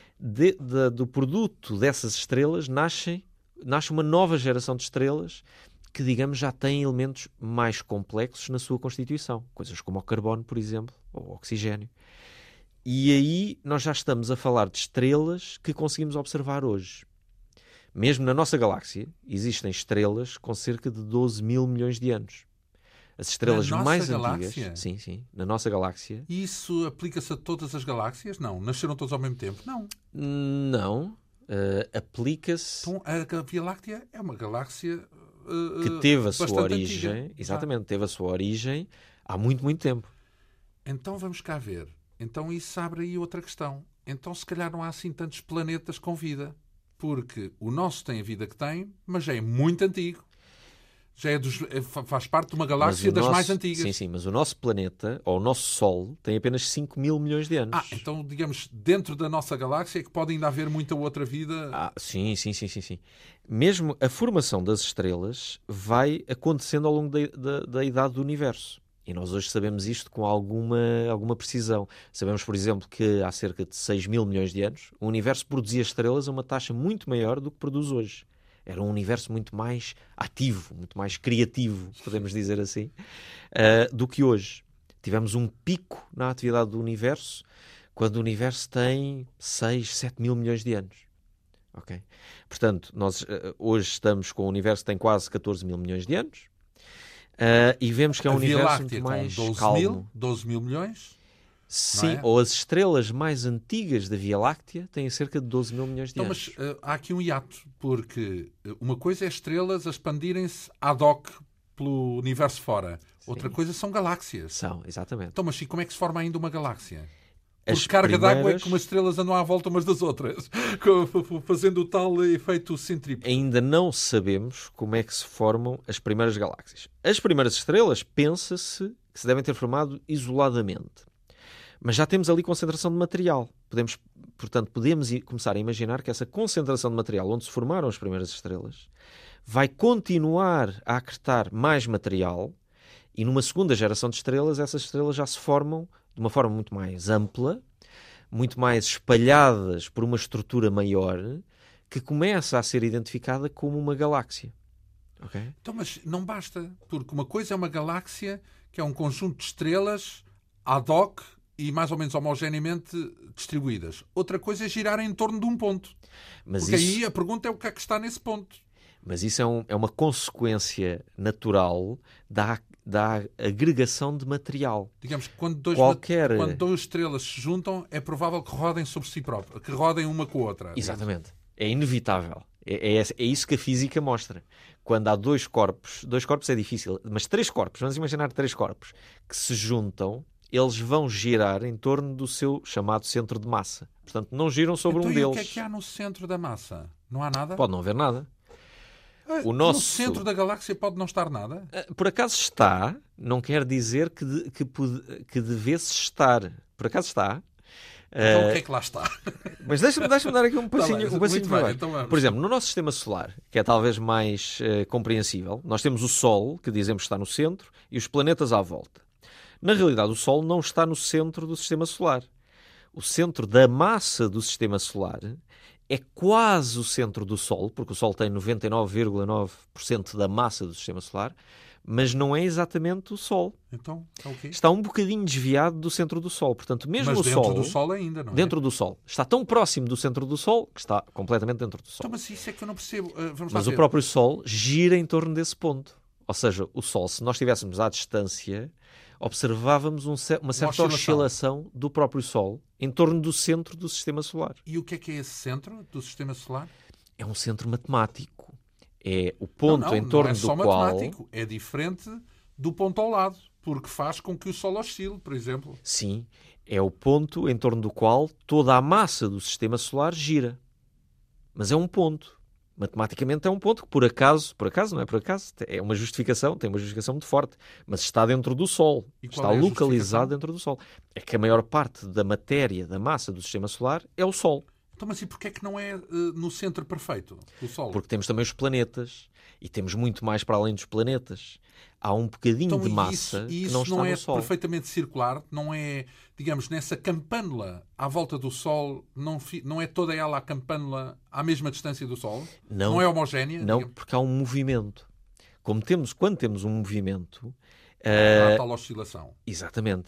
Do produto dessas estrelas nasce uma nova geração de estrelas que, digamos, já têm elementos mais complexos na sua constituição. Coisas como o carbono, por exemplo, ou o oxigênio. E aí nós já estamos a falar de estrelas que conseguimos observar hoje. Mesmo na nossa galáxia, existem estrelas com cerca de 12 mil milhões de anos. As estrelas mais antigas... Sim, na nossa galáxia. E isso aplica-se a todas as galáxias? Não. Nasceram todos ao mesmo tempo? Não. Não. Aplica-se... Então, a Via Láctea é uma galáxia que teve a sua bastante origem, antiga. exatamente, teve a sua origem há muito, muito tempo. Então vamos cá ver. Então isso abre aí outra questão. Então se calhar não há assim tantos planetas com vida. Porque o nosso tem a vida que tem, mas já é muito antigo. Faz parte de uma galáxia das mais antigas. Sim, mas o nosso planeta, ou o nosso Sol, tem apenas 5 mil milhões de anos. Então, digamos, dentro da nossa galáxia é que pode ainda haver muita outra vida. Sim. Mesmo a formação das estrelas vai acontecendo ao longo da idade do universo. E nós hoje sabemos isto com alguma precisão. Sabemos, por exemplo, que há cerca de 6 mil milhões de anos o universo produzia estrelas a uma taxa muito maior do que produz hoje. Era um universo muito mais ativo, muito mais criativo, podemos dizer assim, do que hoje. Tivemos um pico na atividade do universo quando o universo tem 6, 7 mil milhões de anos. Okay? Portanto, nós hoje estamos com o universo que tem quase 14 mil milhões de anos e vemos que é um universo muito mais calmo. 12 mil milhões? Sim, ou as estrelas mais antigas da Via Láctea têm cerca de 12 mil milhões de anos. Mas há aqui um hiato, porque uma coisa é estrelas a expandirem-se ad hoc pelo universo fora. Sim. Outra coisa são galáxias. São, exatamente. Então, mas como é que se forma ainda uma galáxia? Por carga d'água é que umas estrelas andam à volta umas das outras, fazendo o tal efeito centrípeto. Ainda não sabemos como é que se formam as primeiras galáxias. As primeiras estrelas, pensa-se que se devem ter formado isoladamente. Mas já temos ali concentração de material. Portanto, podemos começar a imaginar que essa concentração de material, onde se formaram as primeiras estrelas, vai continuar a acretar mais material e numa segunda geração de estrelas, essas estrelas já se formam de uma forma muito mais ampla, muito mais espalhadas por uma estrutura maior, que começa a ser identificada como uma galáxia. Okay? Então, mas não basta, porque uma coisa é uma galáxia, que é um conjunto de estrelas ad hoc e mais ou menos homogeneamente distribuídas. Outra coisa é girar em torno de um ponto. Porque aí a pergunta é o que é que está nesse ponto. Mas isso é uma consequência natural da agregação de material. Digamos que quando duas estrelas se juntam, é provável que rodem sobre si próprias, que rodem uma com a outra. Exatamente. É inevitável. É isso que a física mostra. Quando há dois corpos é difícil, mas 3 corpos, vamos imaginar 3 corpos, que se juntam, eles vão girar em torno do seu chamado centro de massa. Portanto, não giram sobre um deles. Então, o que é que há no centro da massa? Não há nada? Pode não haver nada. No centro da galáxia pode não estar nada? Por acaso está, não quer dizer que devesse estar. Por acaso está. Então o que é que lá está? Mas deixa-me dar aqui um passinho de trabalho. Então por exemplo, no nosso sistema solar, que é talvez mais compreensível, nós temos o Sol, que dizemos que está no centro, e os planetas à volta. Na realidade, o Sol não está no centro do sistema solar. O centro da massa do sistema solar é quase o centro do Sol, porque o Sol tem 99,9% da massa do sistema solar, mas não é exatamente o Sol. Então, é o quê? Está um bocadinho desviado do centro do Sol. Portanto, mesmo mas o dentro Sol... do Sol ainda, não é? Dentro do Sol. Está tão próximo do centro do Sol que está completamente dentro do Sol. Então, mas isso é que eu não percebo. Mas o próprio Sol gira em torno desse ponto. Ou seja, o Sol, se nós estivéssemos à distância, observávamos uma certa oscilação do próprio Sol em torno do centro do sistema solar. E o que é esse centro do sistema solar? É um centro matemático. É o ponto em torno do qual... Não é só matemático. É diferente do ponto ao lado, porque faz com que o Sol oscile, por exemplo. Sim, é o ponto em torno do qual toda a massa do sistema solar gira. Mas é um ponto. Matematicamente é um ponto que, por acaso, não é por acaso, é uma justificação, tem uma justificação muito forte, mas está dentro do Sol. Está localizado dentro do Sol. É que a maior parte da matéria, da massa do sistema solar é o Sol. Então, mas e porquê é que não é no centro perfeito do Sol? Porque temos também os planetas e temos muito mais para além dos planetas. Há um bocadinho de massa que não está no Sol. Isso não é perfeitamente circular, não é, digamos, nessa campânula à volta do Sol, não é toda ela a campânula à mesma distância do Sol? Não é homogénea? Não, digamos. Porque há um movimento. Quando temos um movimento... Há tal oscilação. Exatamente.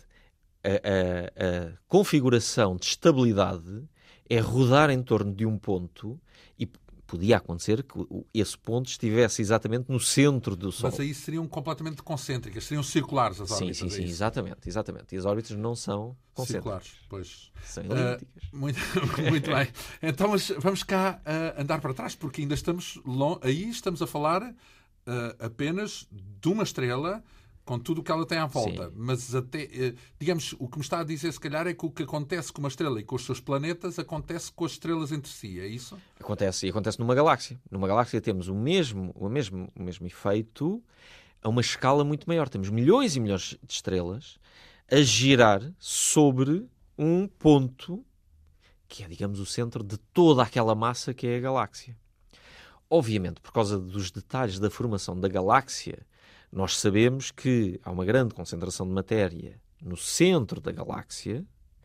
A configuração de estabilidade é rodar em torno de um ponto e podia acontecer que esse ponto estivesse exatamente no centro do Sol. Mas aí seriam completamente concêntricas, seriam circulares as órbitas. Sim, exatamente. E as órbitas não são concêntricas. Circulares, pois. São elípticas. Muito bem. Então, mas vamos cá andar para trás, porque ainda estamos a falar apenas de uma estrela com tudo o que ela tem à volta. Sim. Mas até, digamos, o que me está a dizer, se calhar, é que o que acontece com uma estrela e com os seus planetas acontece com as estrelas entre si, é isso? Acontece numa galáxia. Numa galáxia temos o mesmo efeito a uma escala muito maior. Temos milhões e milhões de estrelas a girar sobre um ponto que é, digamos, o centro de toda aquela massa que é a galáxia. Obviamente, por causa dos detalhes da formação da galáxia, nós sabemos que há uma grande concentração de matéria no centro da galáxia.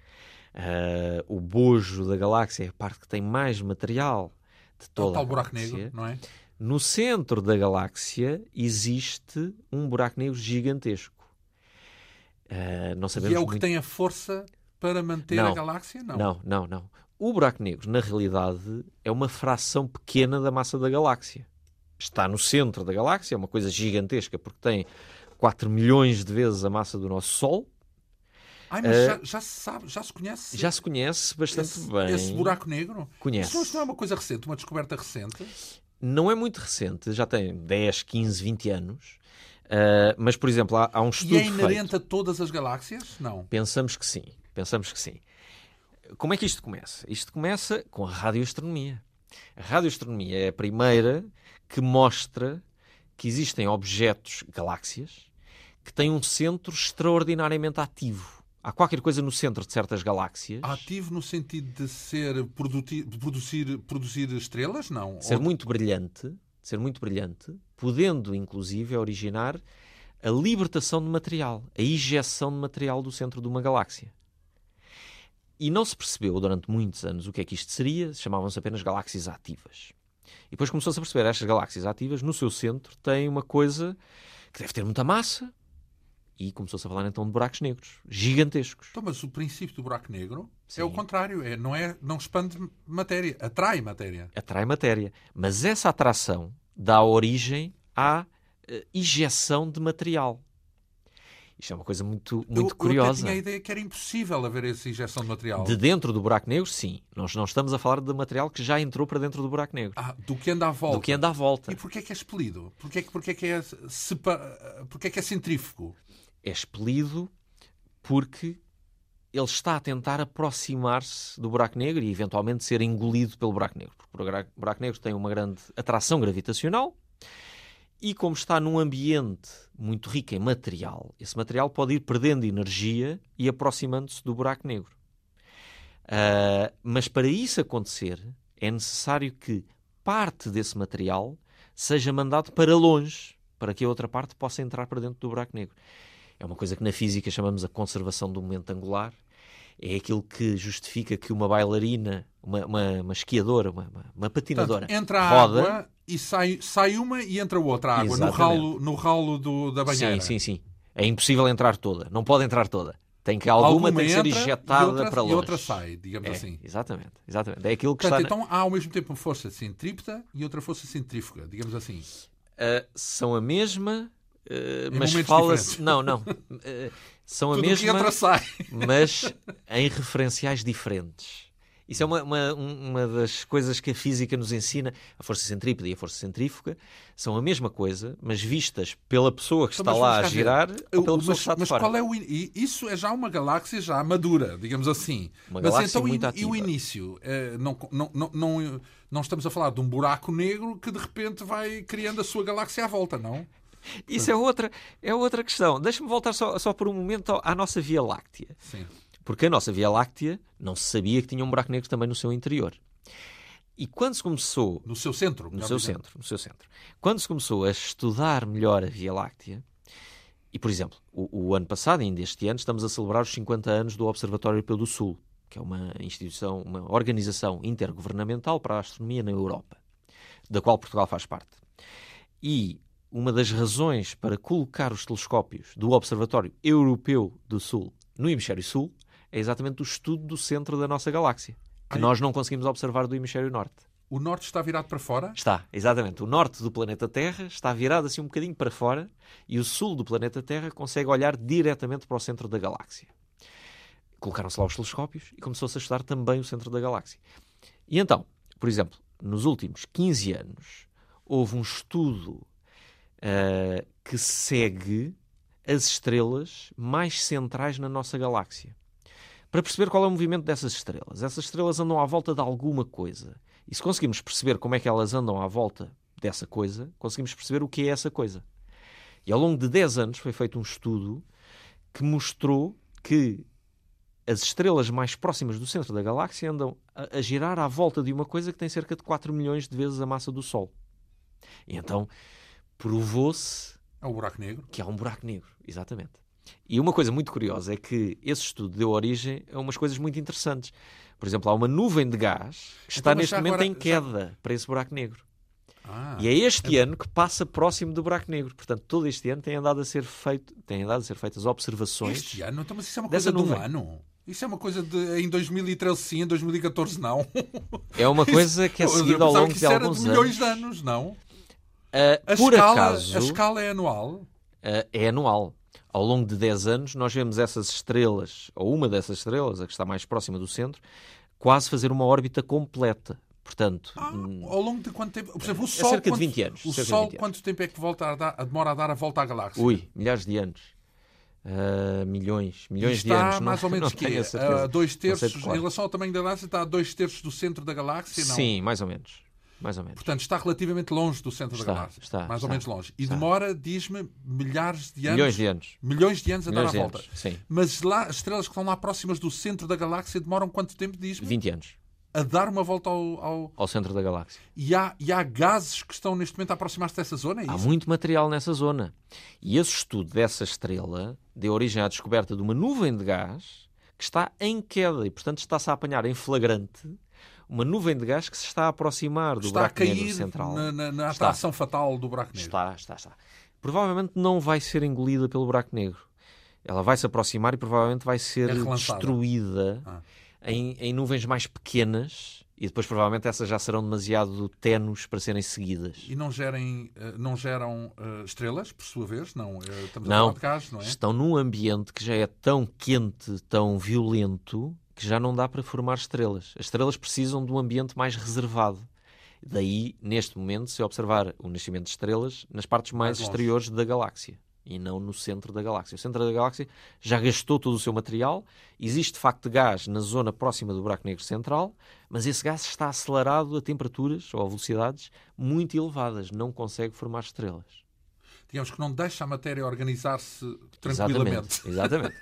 O bojo da galáxia é a parte que tem mais material de toda a buraco galáxia. negro, não é? No centro da galáxia existe um buraco negro gigantesco. Não sabemos E é o que muito... tem a força para manter a galáxia? Não. Não. O buraco negro, na realidade, é uma fração pequena da massa da galáxia. Está no centro da galáxia, é uma coisa gigantesca, porque tem 4 milhões de vezes a massa do nosso Sol. Mas já se sabe, já se conhece? Já se conhece bastante bem. Esse buraco negro? Conhece. Isso não é uma coisa recente, uma descoberta recente? Não é muito recente, já tem 10, 15, 20 anos. Mas, por exemplo, há um estudo E é inerente feito. a todas as galáxias? Não. Pensamos que sim. Como é que isto começa? Isto começa com a radioastronomia. A radioastronomia é a primeira que mostra que existem objetos, galáxias, que têm um centro extraordinariamente ativo. Há qualquer coisa no centro de certas galáxias. Ativo no sentido de ser de produzir estrelas? Não. Ser muito brilhante, podendo inclusive originar a libertação de material, a injeção de material do centro de uma galáxia. E não se percebeu durante muitos anos o que é que isto seria, chamavam-se apenas galáxias ativas. E depois começou-se a perceber que estas galáxias ativas, no seu centro, têm uma coisa que deve ter muita massa. E começou-se a falar então de buracos negros, gigantescos. Então, mas o princípio do buraco negro Sim. é o contrário. Não expande matéria, atrai matéria. Atrai matéria. Mas essa atração dá origem à injeção de material. Isto é uma coisa muito curiosa. Eu tinha a ideia que era impossível haver essa injeção de material. De dentro do buraco negro, sim. Nós não estamos a falar de material que já entrou para dentro do buraco negro. Do que anda à volta. Do que anda à volta. E porquê é que é expelido? Porquê é que é centrífugo? É expelido porque ele está a tentar aproximar-se do buraco negro e eventualmente ser engolido pelo buraco negro. Porque o buraco negro tem uma grande atração gravitacional e, como está num ambiente muito rico em material, esse material pode ir perdendo energia e aproximando-se do buraco negro. Mas para isso acontecer, é necessário que parte desse material seja mandado para longe, para que a outra parte possa entrar para dentro do buraco negro. É uma coisa que na física chamamos a conservação do momento angular. É aquilo que justifica que uma bailarina, uma esquiadora, uma patinadora, portanto, entra a roda água e sai uma e entra outra água no ralo da banheira. Sim. É impossível entrar toda. Não pode entrar toda. Tem que alguma tem que ser injetada para longe. E outra sai, digamos assim. Exatamente. É aquilo que portanto, então há ao mesmo tempo uma força centrípeta e outra força centrífuga, digamos assim. São a mesma... em mas fala-se... Não. São a tudo mesma, que entra sai. mas em referenciais diferentes. Isso é uma das coisas que a física nos ensina. A força centrípeta e a força centrífuga são a mesma coisa, mas vistas pela pessoa que está lá a girar ou pela pessoa que está de fora. Qual é isso é já uma galáxia já madura, digamos assim. Uma galáxia então, muito ativa. E o início? Não estamos a falar de um buraco negro que de repente vai criando a sua galáxia à volta, não? Isso é outra questão. Deixa-me voltar só por um momento à nossa Via Láctea. Sim. Porque a nossa Via Láctea não se sabia que tinha um buraco negro também no seu interior. E quando se começou... No seu centro. No seu centro. Quando se começou a estudar melhor a Via Láctea, e, por exemplo, o ano passado, ainda este ano, estamos a celebrar os 50 anos do Observatório Europeu do Sul, que é uma instituição, uma organização intergovernamental para a astronomia na Europa, da qual Portugal faz parte. E uma das razões para colocar os telescópios do Observatório Europeu do Sul no Hemisfério Sul é exatamente o estudo do centro da nossa galáxia, que nós não conseguimos observar do Hemisfério Norte. O Norte está virado para fora? Está, exatamente. O Norte do planeta Terra está virado assim um bocadinho para fora e o Sul do planeta Terra consegue olhar diretamente para o centro da galáxia. Colocaram-se lá os telescópios e começou-se a estudar também o centro da galáxia. E então, por exemplo, nos últimos 15 anos, houve um estudo que segue as estrelas mais centrais na nossa galáxia. Para perceber qual é o movimento dessas estrelas. Essas estrelas andam à volta de alguma coisa. E se conseguimos perceber como é que elas andam à volta dessa coisa, conseguimos perceber o que é essa coisa. E ao longo de 10 anos foi feito um estudo que mostrou que as estrelas mais próximas do centro da galáxia andam a girar à volta de uma coisa que tem cerca de 4 milhões de vezes a massa do Sol. E então provou-se... É o buraco negro. Que há um buraco negro, exatamente. E uma coisa muito curiosa é que esse estudo deu origem a umas coisas muito interessantes. Por exemplo, há uma nuvem de gás que está neste momento em queda para esse buraco negro. E é este ano que passa próximo do buraco negro. Portanto, todo este ano têm andado a ser feitas observações. Este ano? Então, mas isso é uma coisa de um ano? Isso é uma coisa de em 2013 sim, em 2014 não? É uma coisa que é seguida ao longo de alguns anos. Milhões de anos, não? A escala é anual? É anual. Ao longo de 10 anos, nós vemos essas estrelas, ou uma dessas estrelas, a que está mais próxima do centro, quase fazer uma órbita completa. Portanto, ao longo de quanto tempo? Por exemplo, o Sol, cerca de 20 anos. O Sol, quanto tempo é que demora a dar a volta à galáxia? Milhares de anos. Milhões de Está anos. mais ou menos que a 2/3, em claro. relação ao tamanho da galáxia, está a 2/3 do centro da galáxia? Não? Sim, mais ou menos. Portanto, está relativamente longe do centro da galáxia. Mais ou menos longe. E demora, diz-me, milhares de anos. Milhões de anos a dar a volta. Sim. Mas lá, as estrelas que estão lá próximas do centro da galáxia demoram quanto tempo, diz-me? 20 anos. A dar uma volta ao centro da galáxia. E há gases que estão neste momento a aproximar-se dessa zona? É isso? Há muito material nessa zona. E esse estudo dessa estrela deu origem à descoberta de uma nuvem de gás que está em queda e, portanto, está-se a apanhar em flagrante uma nuvem de gás que se está a aproximar do buraco negro central. Está a cair na atração fatal do buraco negro. Está. Provavelmente não vai ser engolida pelo buraco negro. Ela vai se aproximar e provavelmente vai ser destruída em nuvens mais pequenas e depois provavelmente essas já serão demasiado ténues para serem seguidas. E não geram estrelas, por sua vez? Não, estamos a falar de gás, não é? Estão num ambiente que já é tão quente, tão violento, que já não dá para formar estrelas. As estrelas precisam de um ambiente mais reservado. Daí, neste momento, se observar o nascimento de estrelas nas partes mais exteriores da galáxia e não no centro da galáxia. O centro da galáxia já gastou todo o seu material. Existe, de facto, gás na zona próxima do buraco negro central, mas esse gás está acelerado a temperaturas ou a velocidades muito elevadas. Não consegue formar estrelas. Digamos que não deixa a matéria organizar-se tranquilamente. Exatamente.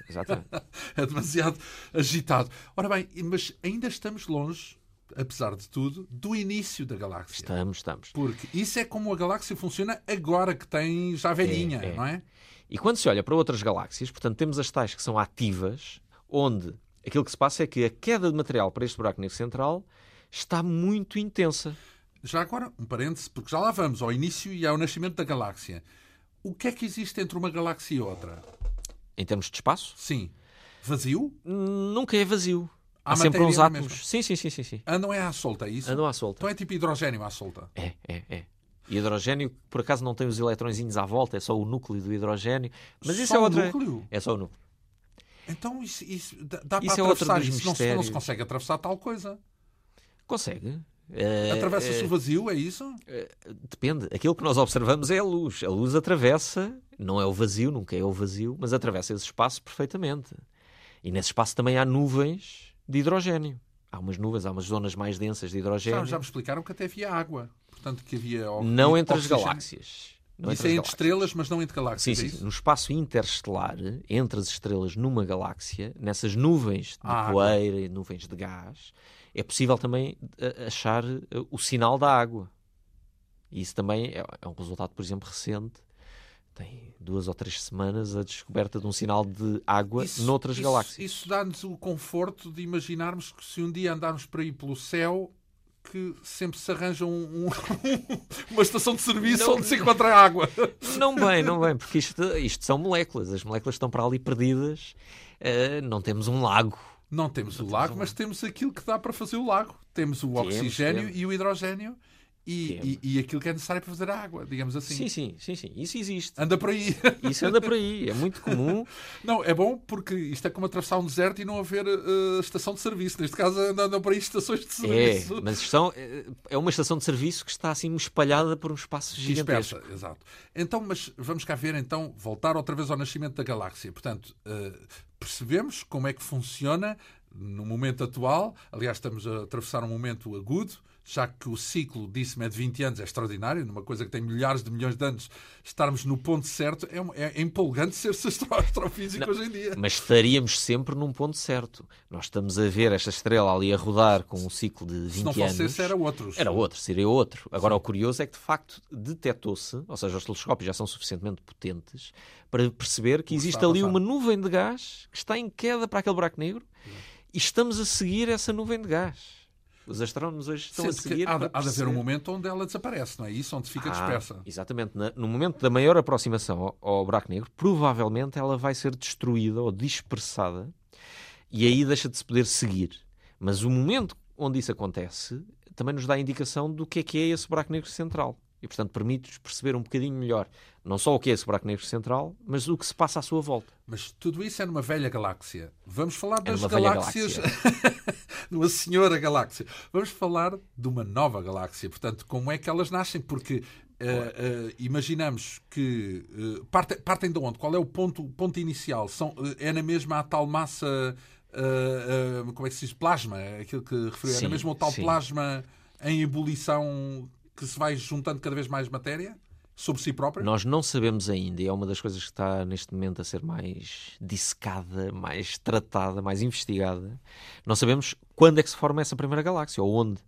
É demasiado agitado. Ora bem, mas ainda estamos longe, apesar de tudo, do início da galáxia. Estamos. Porque isso é como a galáxia funciona agora, que tem já velhinha, não é? E quando se olha para outras galáxias, portanto, temos as tais que são ativas, onde aquilo que se passa é que a queda de material para este buraco negro central está muito intensa. Já agora, um parêntese, porque já lá vamos ao início e ao nascimento da galáxia. O que é que existe entre uma galáxia e outra? Em termos de espaço? Sim. Vazio? Nunca é vazio. Há sempre uns átomos. Sim. Andam à solta, é isso? Andam à solta. Então é tipo hidrogênio à solta. É. E hidrogênio, por acaso, não tem os eletrõezinhos à volta, é só o núcleo do hidrogênio. Mas isso é outra... núcleo? É só o núcleo. Então isso dá para isso atravessar. Isso não se consegue atravessar tal coisa. Consegue. Atravessa-se o vazio, é isso? Depende. Aquilo que nós observamos é a luz. A luz atravessa, não é o vazio, nunca é o vazio, mas atravessa esse espaço perfeitamente. E nesse espaço também há nuvens de hidrogênio. Há umas zonas mais densas de hidrogênio. Já me explicaram que até havia água. Portanto, que havia não entre as galáxias. Isso é entre estrelas, mas não entre galáxias. Sim. No espaço interestelar, entre as estrelas numa galáxia, nessas nuvens de poeira e nuvens de gás, é possível também achar o sinal da água. E isso também é um resultado, por exemplo, recente. Tem 2 ou 3 semanas a descoberta de um sinal de água noutras galáxias. Isso dá-nos o conforto de imaginarmos que se um dia andarmos por aí pelo céu, que sempre se arranja uma estação de serviço onde se encontra água. Não bem, porque isto são moléculas. As moléculas estão para ali perdidas. Não temos um lago. Não temos o lago, mas temos aquilo que dá para fazer o lago. Temos o oxigênio e o hidrogênio E aquilo que é necessário para fazer a água, digamos assim. Sim. Isso existe. Anda por aí. Isso anda por aí. É muito comum. Não, é bom porque isto é como atravessar um deserto e não haver estação de serviço. Neste caso, andam por aí estações de serviço. Mas é uma estação de serviço que está assim espalhada por um espaço gigantesco. Dispersa, exato. Então, mas vamos cá ver, então, voltar outra vez ao nascimento da galáxia. Portanto, percebemos como é que funciona no momento atual. Aliás, estamos a atravessar um momento agudo, já que o ciclo, disse-me, é de 20 anos, é extraordinário, numa coisa que tem milhares de milhões de anos, estarmos no ponto certo, é empolgante ser-se astrofísico hoje em dia. Mas estaríamos sempre num ponto certo. Nós estamos a ver esta estrela ali a rodar com um ciclo de 20 anos. Se não fosse esse, era outro. Seria outro. Agora, o curioso é que, de facto, detectou-se, ou seja, os telescópios já são suficientemente potentes para perceber que existe ali uma nuvem de gás que está em queda para aquele buraco negro e estamos a seguir essa nuvem de gás. Os astrónomos hoje estão a seguir... Há de haver um momento onde ela desaparece, não é isso? Onde fica dispersa. Exatamente. No momento da maior aproximação ao buraco negro, provavelmente ela vai ser destruída ou dispersada e aí deixa de se poder seguir. Mas o momento onde isso acontece também nos dá a indicação do que é esse buraco negro central. E, portanto, permite-nos perceber um bocadinho melhor não só o que é esse buraco negro central, mas o que se passa à sua volta. Mas tudo isso é numa velha galáxia. Vamos falar das galáxias... numa senhora galáxia. Vamos falar de uma nova galáxia. Portanto, como é que elas nascem? Porque imaginamos que... partem de onde? Qual é o ponto inicial? É na mesma a tal massa... como é que se diz? Plasma? É aquilo que referiu. É na mesma o tal plasma em ebulição que se vai juntando cada vez mais matéria sobre si própria? Nós não sabemos ainda, e é uma das coisas que está neste momento a ser mais dissecada, mais tratada, mais investigada. Não sabemos quando é que se forma essa primeira galáxia, ou onde.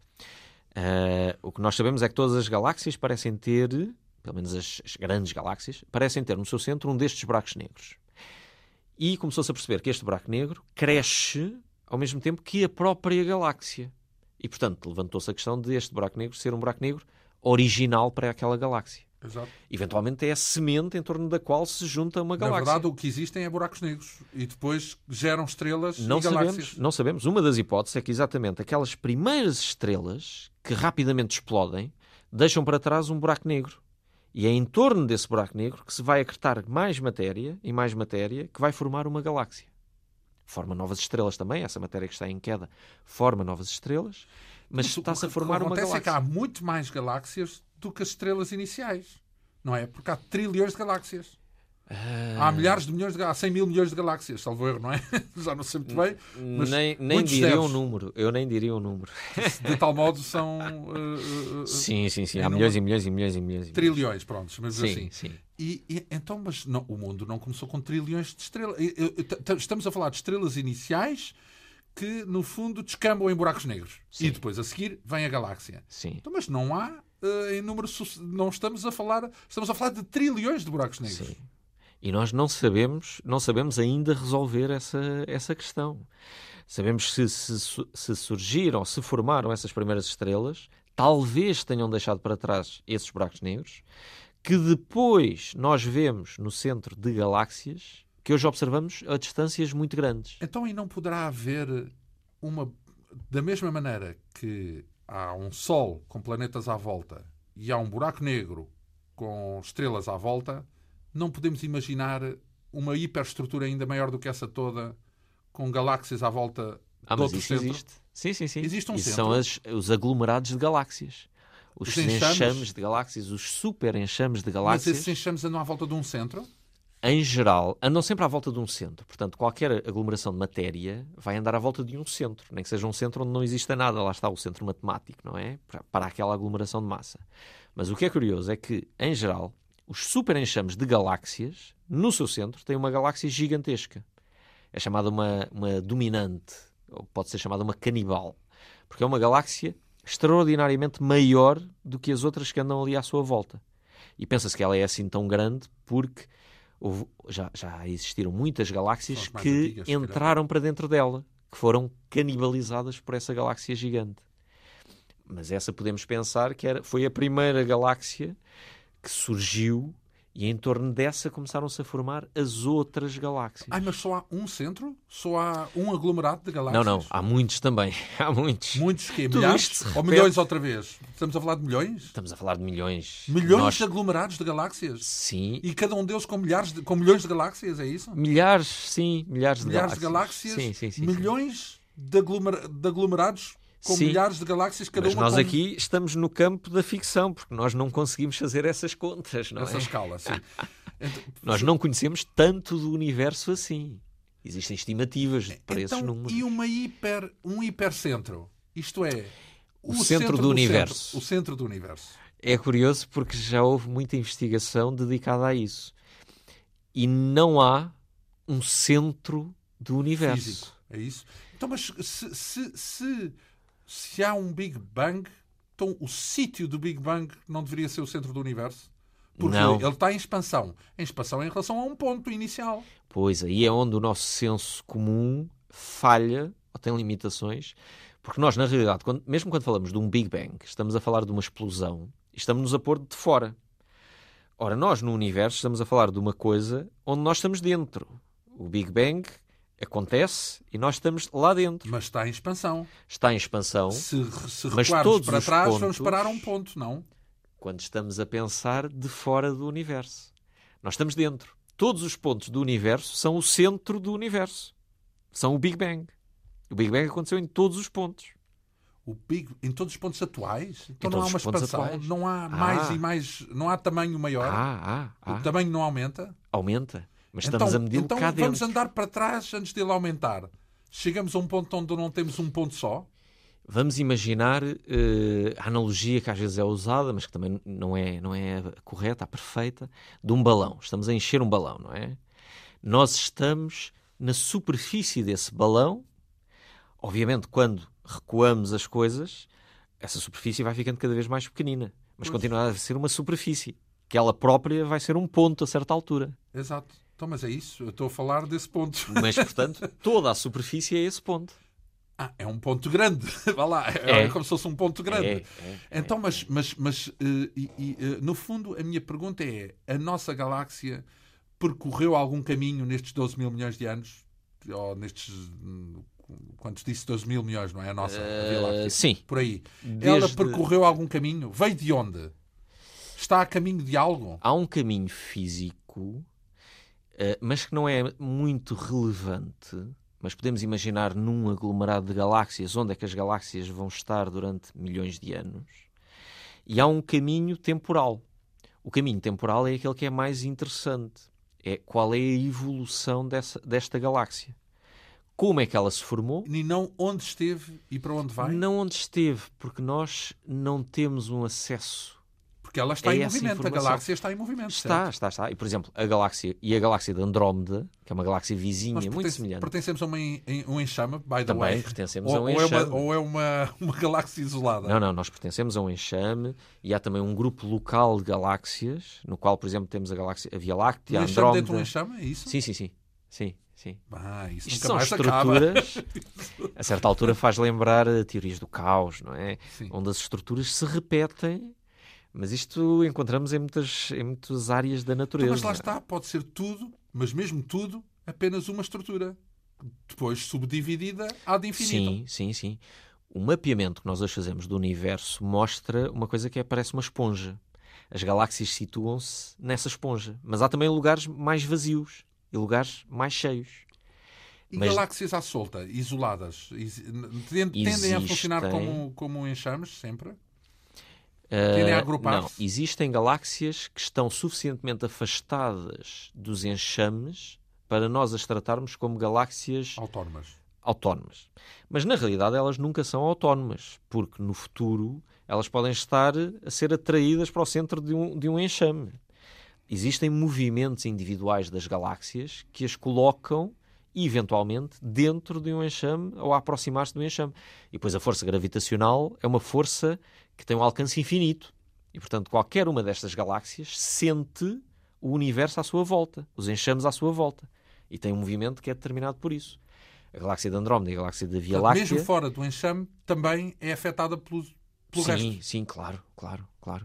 O que nós sabemos é que todas as galáxias parecem ter, pelo menos as grandes galáxias, parecem ter no seu centro um destes buracos negros. E começou-se a perceber que este buraco negro cresce ao mesmo tempo que a própria galáxia. E, portanto, levantou-se a questão de este buraco negro ser um buraco negro original para aquela galáxia. Exato. Eventualmente é a semente em torno da qual se junta uma galáxia. Na verdade, o que existem é buracos negros e depois geram estrelas e galáxias. Não sabemos. Uma das hipóteses é que exatamente aquelas primeiras estrelas que rapidamente explodem deixam para trás um buraco negro. E é em torno desse buraco negro que se vai acretar mais matéria e mais matéria que vai formar uma galáxia. Forma novas estrelas também. Essa matéria que está em queda forma novas estrelas, mas está-se a formar uma galáxia. O que acontece é que há muito mais galáxias do que as estrelas iniciais, não é? Porque há trilhões de galáxias. Há milhares de milhões há 100 mil milhões de galáxias, salvo erro, não é? Já não sei muito bem. Mas nem diria um número. Eu nem diria um número. De tal modo são... sim. Há milhões e milhões e milhões e milhões. Trilhões, pronto. Mas sim, assim. Sim. Então, mas não, o mundo não começou com trilhões de estrelas. Estamos a falar de estrelas iniciais que, no fundo, descambam em buracos negros. Sim. E depois, a seguir, vem a galáxia. Sim. Então, mas não há... não estamos a falar de trilhões de buracos negros. Sim. E nós não sabemos ainda resolver essa questão. Sabemos se surgiram, se formaram essas primeiras estrelas, talvez tenham deixado para trás esses buracos negros, que depois nós vemos no centro de galáxias, que hoje observamos a distâncias muito grandes. Então, e não poderá haver da mesma maneira que há um Sol com planetas à volta e há um buraco negro com estrelas à volta, não podemos imaginar uma hiperestrutura ainda maior do que essa toda, com galáxias à volta de outro centro? Existe. Sim. Existe um centro. São os aglomerados de galáxias. Os enxames de galáxias, os super enxames de galáxias. Mas esses enxames andam à volta de um centro? Em geral, andam sempre à volta de um centro. Portanto, qualquer aglomeração de matéria vai andar à volta de um centro. Nem que seja um centro onde não exista nada. Lá está o centro matemático, não é? Para aquela aglomeração de massa. Mas o que é curioso é que, em geral, os super enxames de galáxias, no seu centro, têm uma galáxia gigantesca. É chamada uma dominante, ou pode ser chamada uma canibal. Porque é uma galáxia extraordinariamente maior do que as outras que andam ali à sua volta. E pensa-se que ela é assim tão grande porque já existiram muitas galáxias que antigas, entraram para dentro dela, que foram canibalizadas por essa galáxia gigante. Mas essa podemos pensar que foi a primeira galáxia que surgiu E em torno dessa começaram-se a formar as outras galáxias. Mas só há um centro? Só há um aglomerado de galáxias? Não, há muitos também. Há muitos. Muitos quê? Tudo Milhares? Ou milhões outra vez? Estamos a falar de milhões? Estamos a falar de milhões. Milhões de aglomerados de galáxias? Sim. E cada um deles com milhões de galáxias, é isso? Milhares, sim. Milhares de galáxias. Sim. Milhões de aglomerados com milhares de galáxias, cada Mas uma nós com... aqui estamos no campo da ficção, porque nós não conseguimos fazer essas contas, não Essa é? escala, sim. Nós não conhecemos tanto do universo assim. Existem estimativas para esses números. E um hipercentro? Isto é, o centro do universo. O centro do universo. É curioso porque já houve muita investigação dedicada a isso. E não há um centro do universo. Físico, é isso? Então, mas se há um Big Bang, então o sítio do Big Bang não deveria ser o centro do universo? Porque não. Ele está em expansão. Em expansão em relação a um ponto inicial. Pois, aí é onde o nosso senso comum falha, ou tem limitações, porque nós, na realidade, mesmo quando falamos de um Big Bang, estamos a falar de uma explosão e estamos-nos a pôr de fora. Ora, nós, no universo, estamos a falar de uma coisa onde nós estamos dentro. O Big Bang acontece e nós estamos lá dentro. Mas está em expansão. Está em expansão. Se recuarmos para trás, pontos, vamos parar a um ponto, não? Quando estamos a pensar de fora do universo. Nós estamos dentro. Todos os pontos do universo são o centro do universo. São o Big Bang. O Big Bang aconteceu em todos os pontos. Em todos os pontos atuais? Então em não há uma expansão? Atuais. Não há mais e mais... Não há tamanho maior? O tamanho não aumenta? Aumenta. Mas estamos a medir cá dentro. Vamos andar para trás antes de ele aumentar. Chegamos a um ponto onde não temos um ponto só? Vamos imaginar a analogia que às vezes é usada, mas que também não é correta, a perfeita, de um balão. Estamos a encher um balão, não é? Nós estamos na superfície desse balão. Obviamente, quando recuamos as coisas, essa superfície vai ficando cada vez mais pequenina. Mas continua a ser uma superfície, que ela própria vai ser um ponto a certa altura. Exato. Então, mas é isso. Eu estou a falar desse ponto. Mas, portanto, toda a superfície é esse ponto. É um ponto grande. Vá lá. É como se fosse um ponto grande. Então, mas no fundo, a minha pergunta é: a nossa galáxia percorreu algum caminho nestes 12 mil milhões de anos? Ou nestes... Quantos disse 12 mil milhões, não é? A nossa Via Láctea. Sim. Por aí. Ela percorreu algum caminho? Veio de onde? Está a caminho de algo? Há um caminho físico, mas que não é muito relevante. Mas podemos imaginar num aglomerado de galáxias, onde é que as galáxias vão estar durante milhões de anos. E há um caminho temporal. O caminho temporal é aquele que é mais interessante. É qual é a evolução desta galáxia. Como é que ela se formou? E não onde esteve e para onde vai? Não onde esteve, porque nós não temos um acesso. Porque ela está em movimento, a galáxia está em movimento. Está. E, por exemplo, a galáxia de Andrómeda, que é uma galáxia vizinha muito semelhante. Pertencemos a um enxame, by the Também way. pertencemos a um enxame. Ou é uma galáxia isolada? Não, nós pertencemos a um enxame e há também um grupo local de galáxias, no qual, por exemplo, temos a Via Láctea, a Andrómeda. Dentro de um enxame, é isso? Sim. Isso Isto nunca são mais estruturas, a certa altura faz lembrar teorias do caos, não é? Sim. Onde as estruturas se repetem, mas isto encontramos em muitas áreas da natureza. Então, mas lá está, pode ser tudo, mas mesmo tudo, apenas uma estrutura. Depois subdividida há de infinito. Sim. O mapeamento que nós hoje fazemos do universo mostra uma coisa que parece uma esponja. As galáxias situam-se nessa esponja, mas há também lugares mais vazios e lugares mais cheios. E galáxias à solta, isoladas, tendem a funcionar como enxames sempre? Tendem a agrupar-se? Não, existem galáxias que estão suficientemente afastadas dos enxames para nós as tratarmos como galáxias autónomas. Mas, na realidade, elas nunca são autónomas, porque no futuro elas podem estar a ser atraídas para o centro de um enxame. Existem movimentos individuais das galáxias que as colocam, eventualmente, dentro de um enxame ou a aproximar-se do enxame. E depois a força gravitacional é uma força que tem um alcance infinito. E, portanto, qualquer uma destas galáxias sente o universo à sua volta, os enxames à sua volta. E tem um movimento que é determinado por isso. A galáxia de Andrómeda e a galáxia da Via Láctea... Mesmo fora do enxame, também é afetada pelo resto. Sim, claro.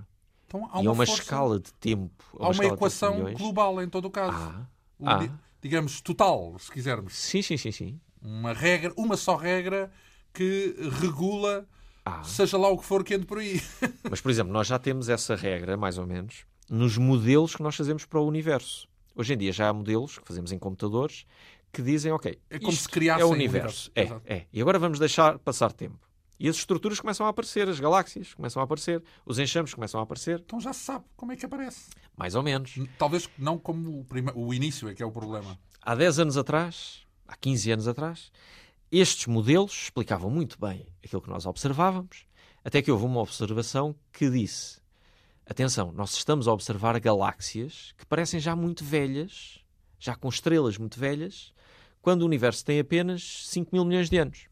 Então, há E a uma força, escala de tempo. há uma equação global em todo o caso. Digamos, total, se quisermos. Sim. Uma só regra que regula seja lá o que for que ande por aí. Mas, por exemplo, nós já temos essa regra, mais ou menos, nos modelos que nós fazemos para o universo. Hoje em dia já há modelos que fazemos em computadores que dizem, ok, É como isto se criassem é o universo. E agora vamos deixar passar tempo. E as estruturas começam a aparecer, as galáxias começam a aparecer, os enxames começam a aparecer. Então já se sabe como é que aparece. Mais ou menos. Talvez não como o início é que é o problema. Há 10 anos atrás, há 15 anos atrás, estes modelos explicavam muito bem aquilo que nós observávamos, até que houve uma observação que disse: atenção, nós estamos a observar galáxias que parecem já muito velhas, já com estrelas muito velhas, quando o universo tem apenas 5 mil milhões de anos.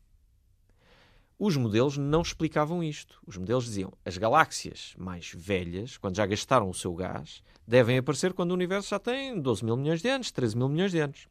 Os modelos não explicavam isto. Os modelos diziam: as galáxias mais velhas, quando já gastaram o seu gás, devem aparecer quando o universo já tem 12 mil milhões de anos, 13 mil milhões de anos.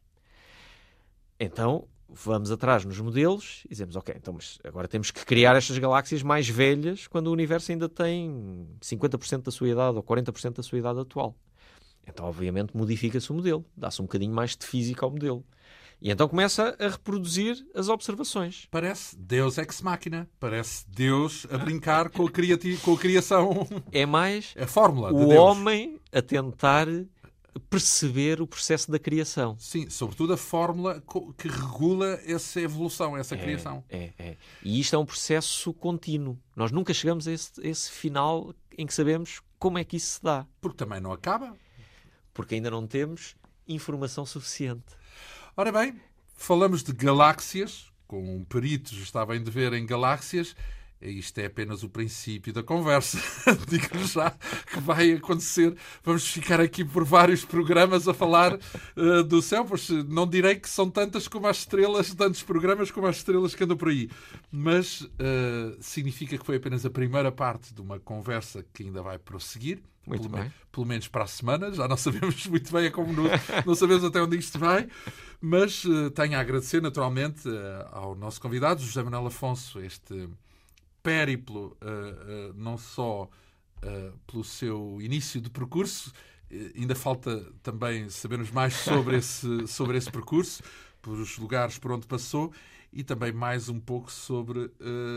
Então, vamos atrás nos modelos e dizemos: ok, então, mas agora temos que criar estas galáxias mais velhas quando o universo ainda tem 50% da sua idade ou 40% da sua idade atual. Então, obviamente, modifica-se o modelo. Dá-se um bocadinho mais de física ao modelo. E então começa a reproduzir as observações. Parece Deus ex machina. Parece Deus a brincar com a criação. É mais a fórmula de o Deus. homem a tentar perceber o processo da criação. Sim, sobretudo a fórmula que regula essa evolução, essa criação. E isto é um processo contínuo. Nós nunca chegamos a esse final em que sabemos como é que isso se dá. Porque também não acaba. Porque ainda não temos informação suficiente. Ora bem, falamos de galáxias, com peritos está bem de ver em galáxias. Isto é apenas o princípio da conversa. Digo-lhe já que vai acontecer. Vamos ficar aqui por vários programas a falar do céu, pois não direi que são tantas como as estrelas, tantos programas como as estrelas que andam por aí. Mas significa que foi apenas a primeira parte de uma conversa que ainda vai prosseguir. Pelo menos para a semana. Já não sabemos muito bem como não sabemos até onde isto vai. Mas tenho a agradecer naturalmente ao nosso convidado, José Manuel Afonso, este périplo, não só pelo seu início de percurso, ainda falta também sabermos mais sobre esse percurso, pelos lugares por onde passou, e também mais um pouco sobre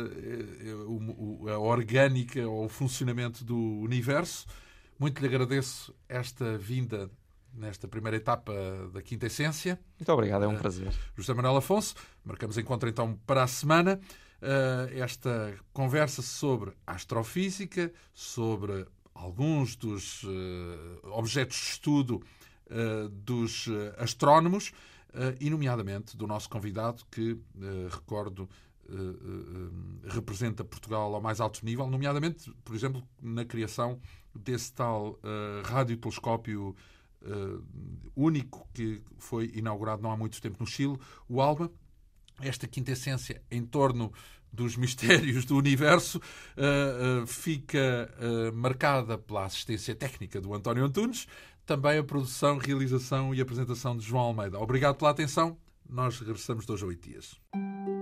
a orgânica ou o funcionamento do universo. Muito lhe agradeço esta vinda nesta primeira etapa da Quinta Essência. Muito obrigado, é um prazer. José Manuel Afonso, marcamos encontro então para a semana. Esta conversa sobre astrofísica, sobre alguns dos objetos de estudo dos astrónomos e, nomeadamente, do nosso convidado que, recordo, representa Portugal ao mais alto nível, nomeadamente, por exemplo, na criação desse tal radiotelescópio único que foi inaugurado não há muito tempo no Chile, o ALMA. Esta quinta essência em torno dos mistérios do universo fica marcada pela assistência técnica do António Antunes, também a produção, realização e apresentação de João Almeida. Obrigado pela atenção. Nós regressamos de hoje a 8 dias.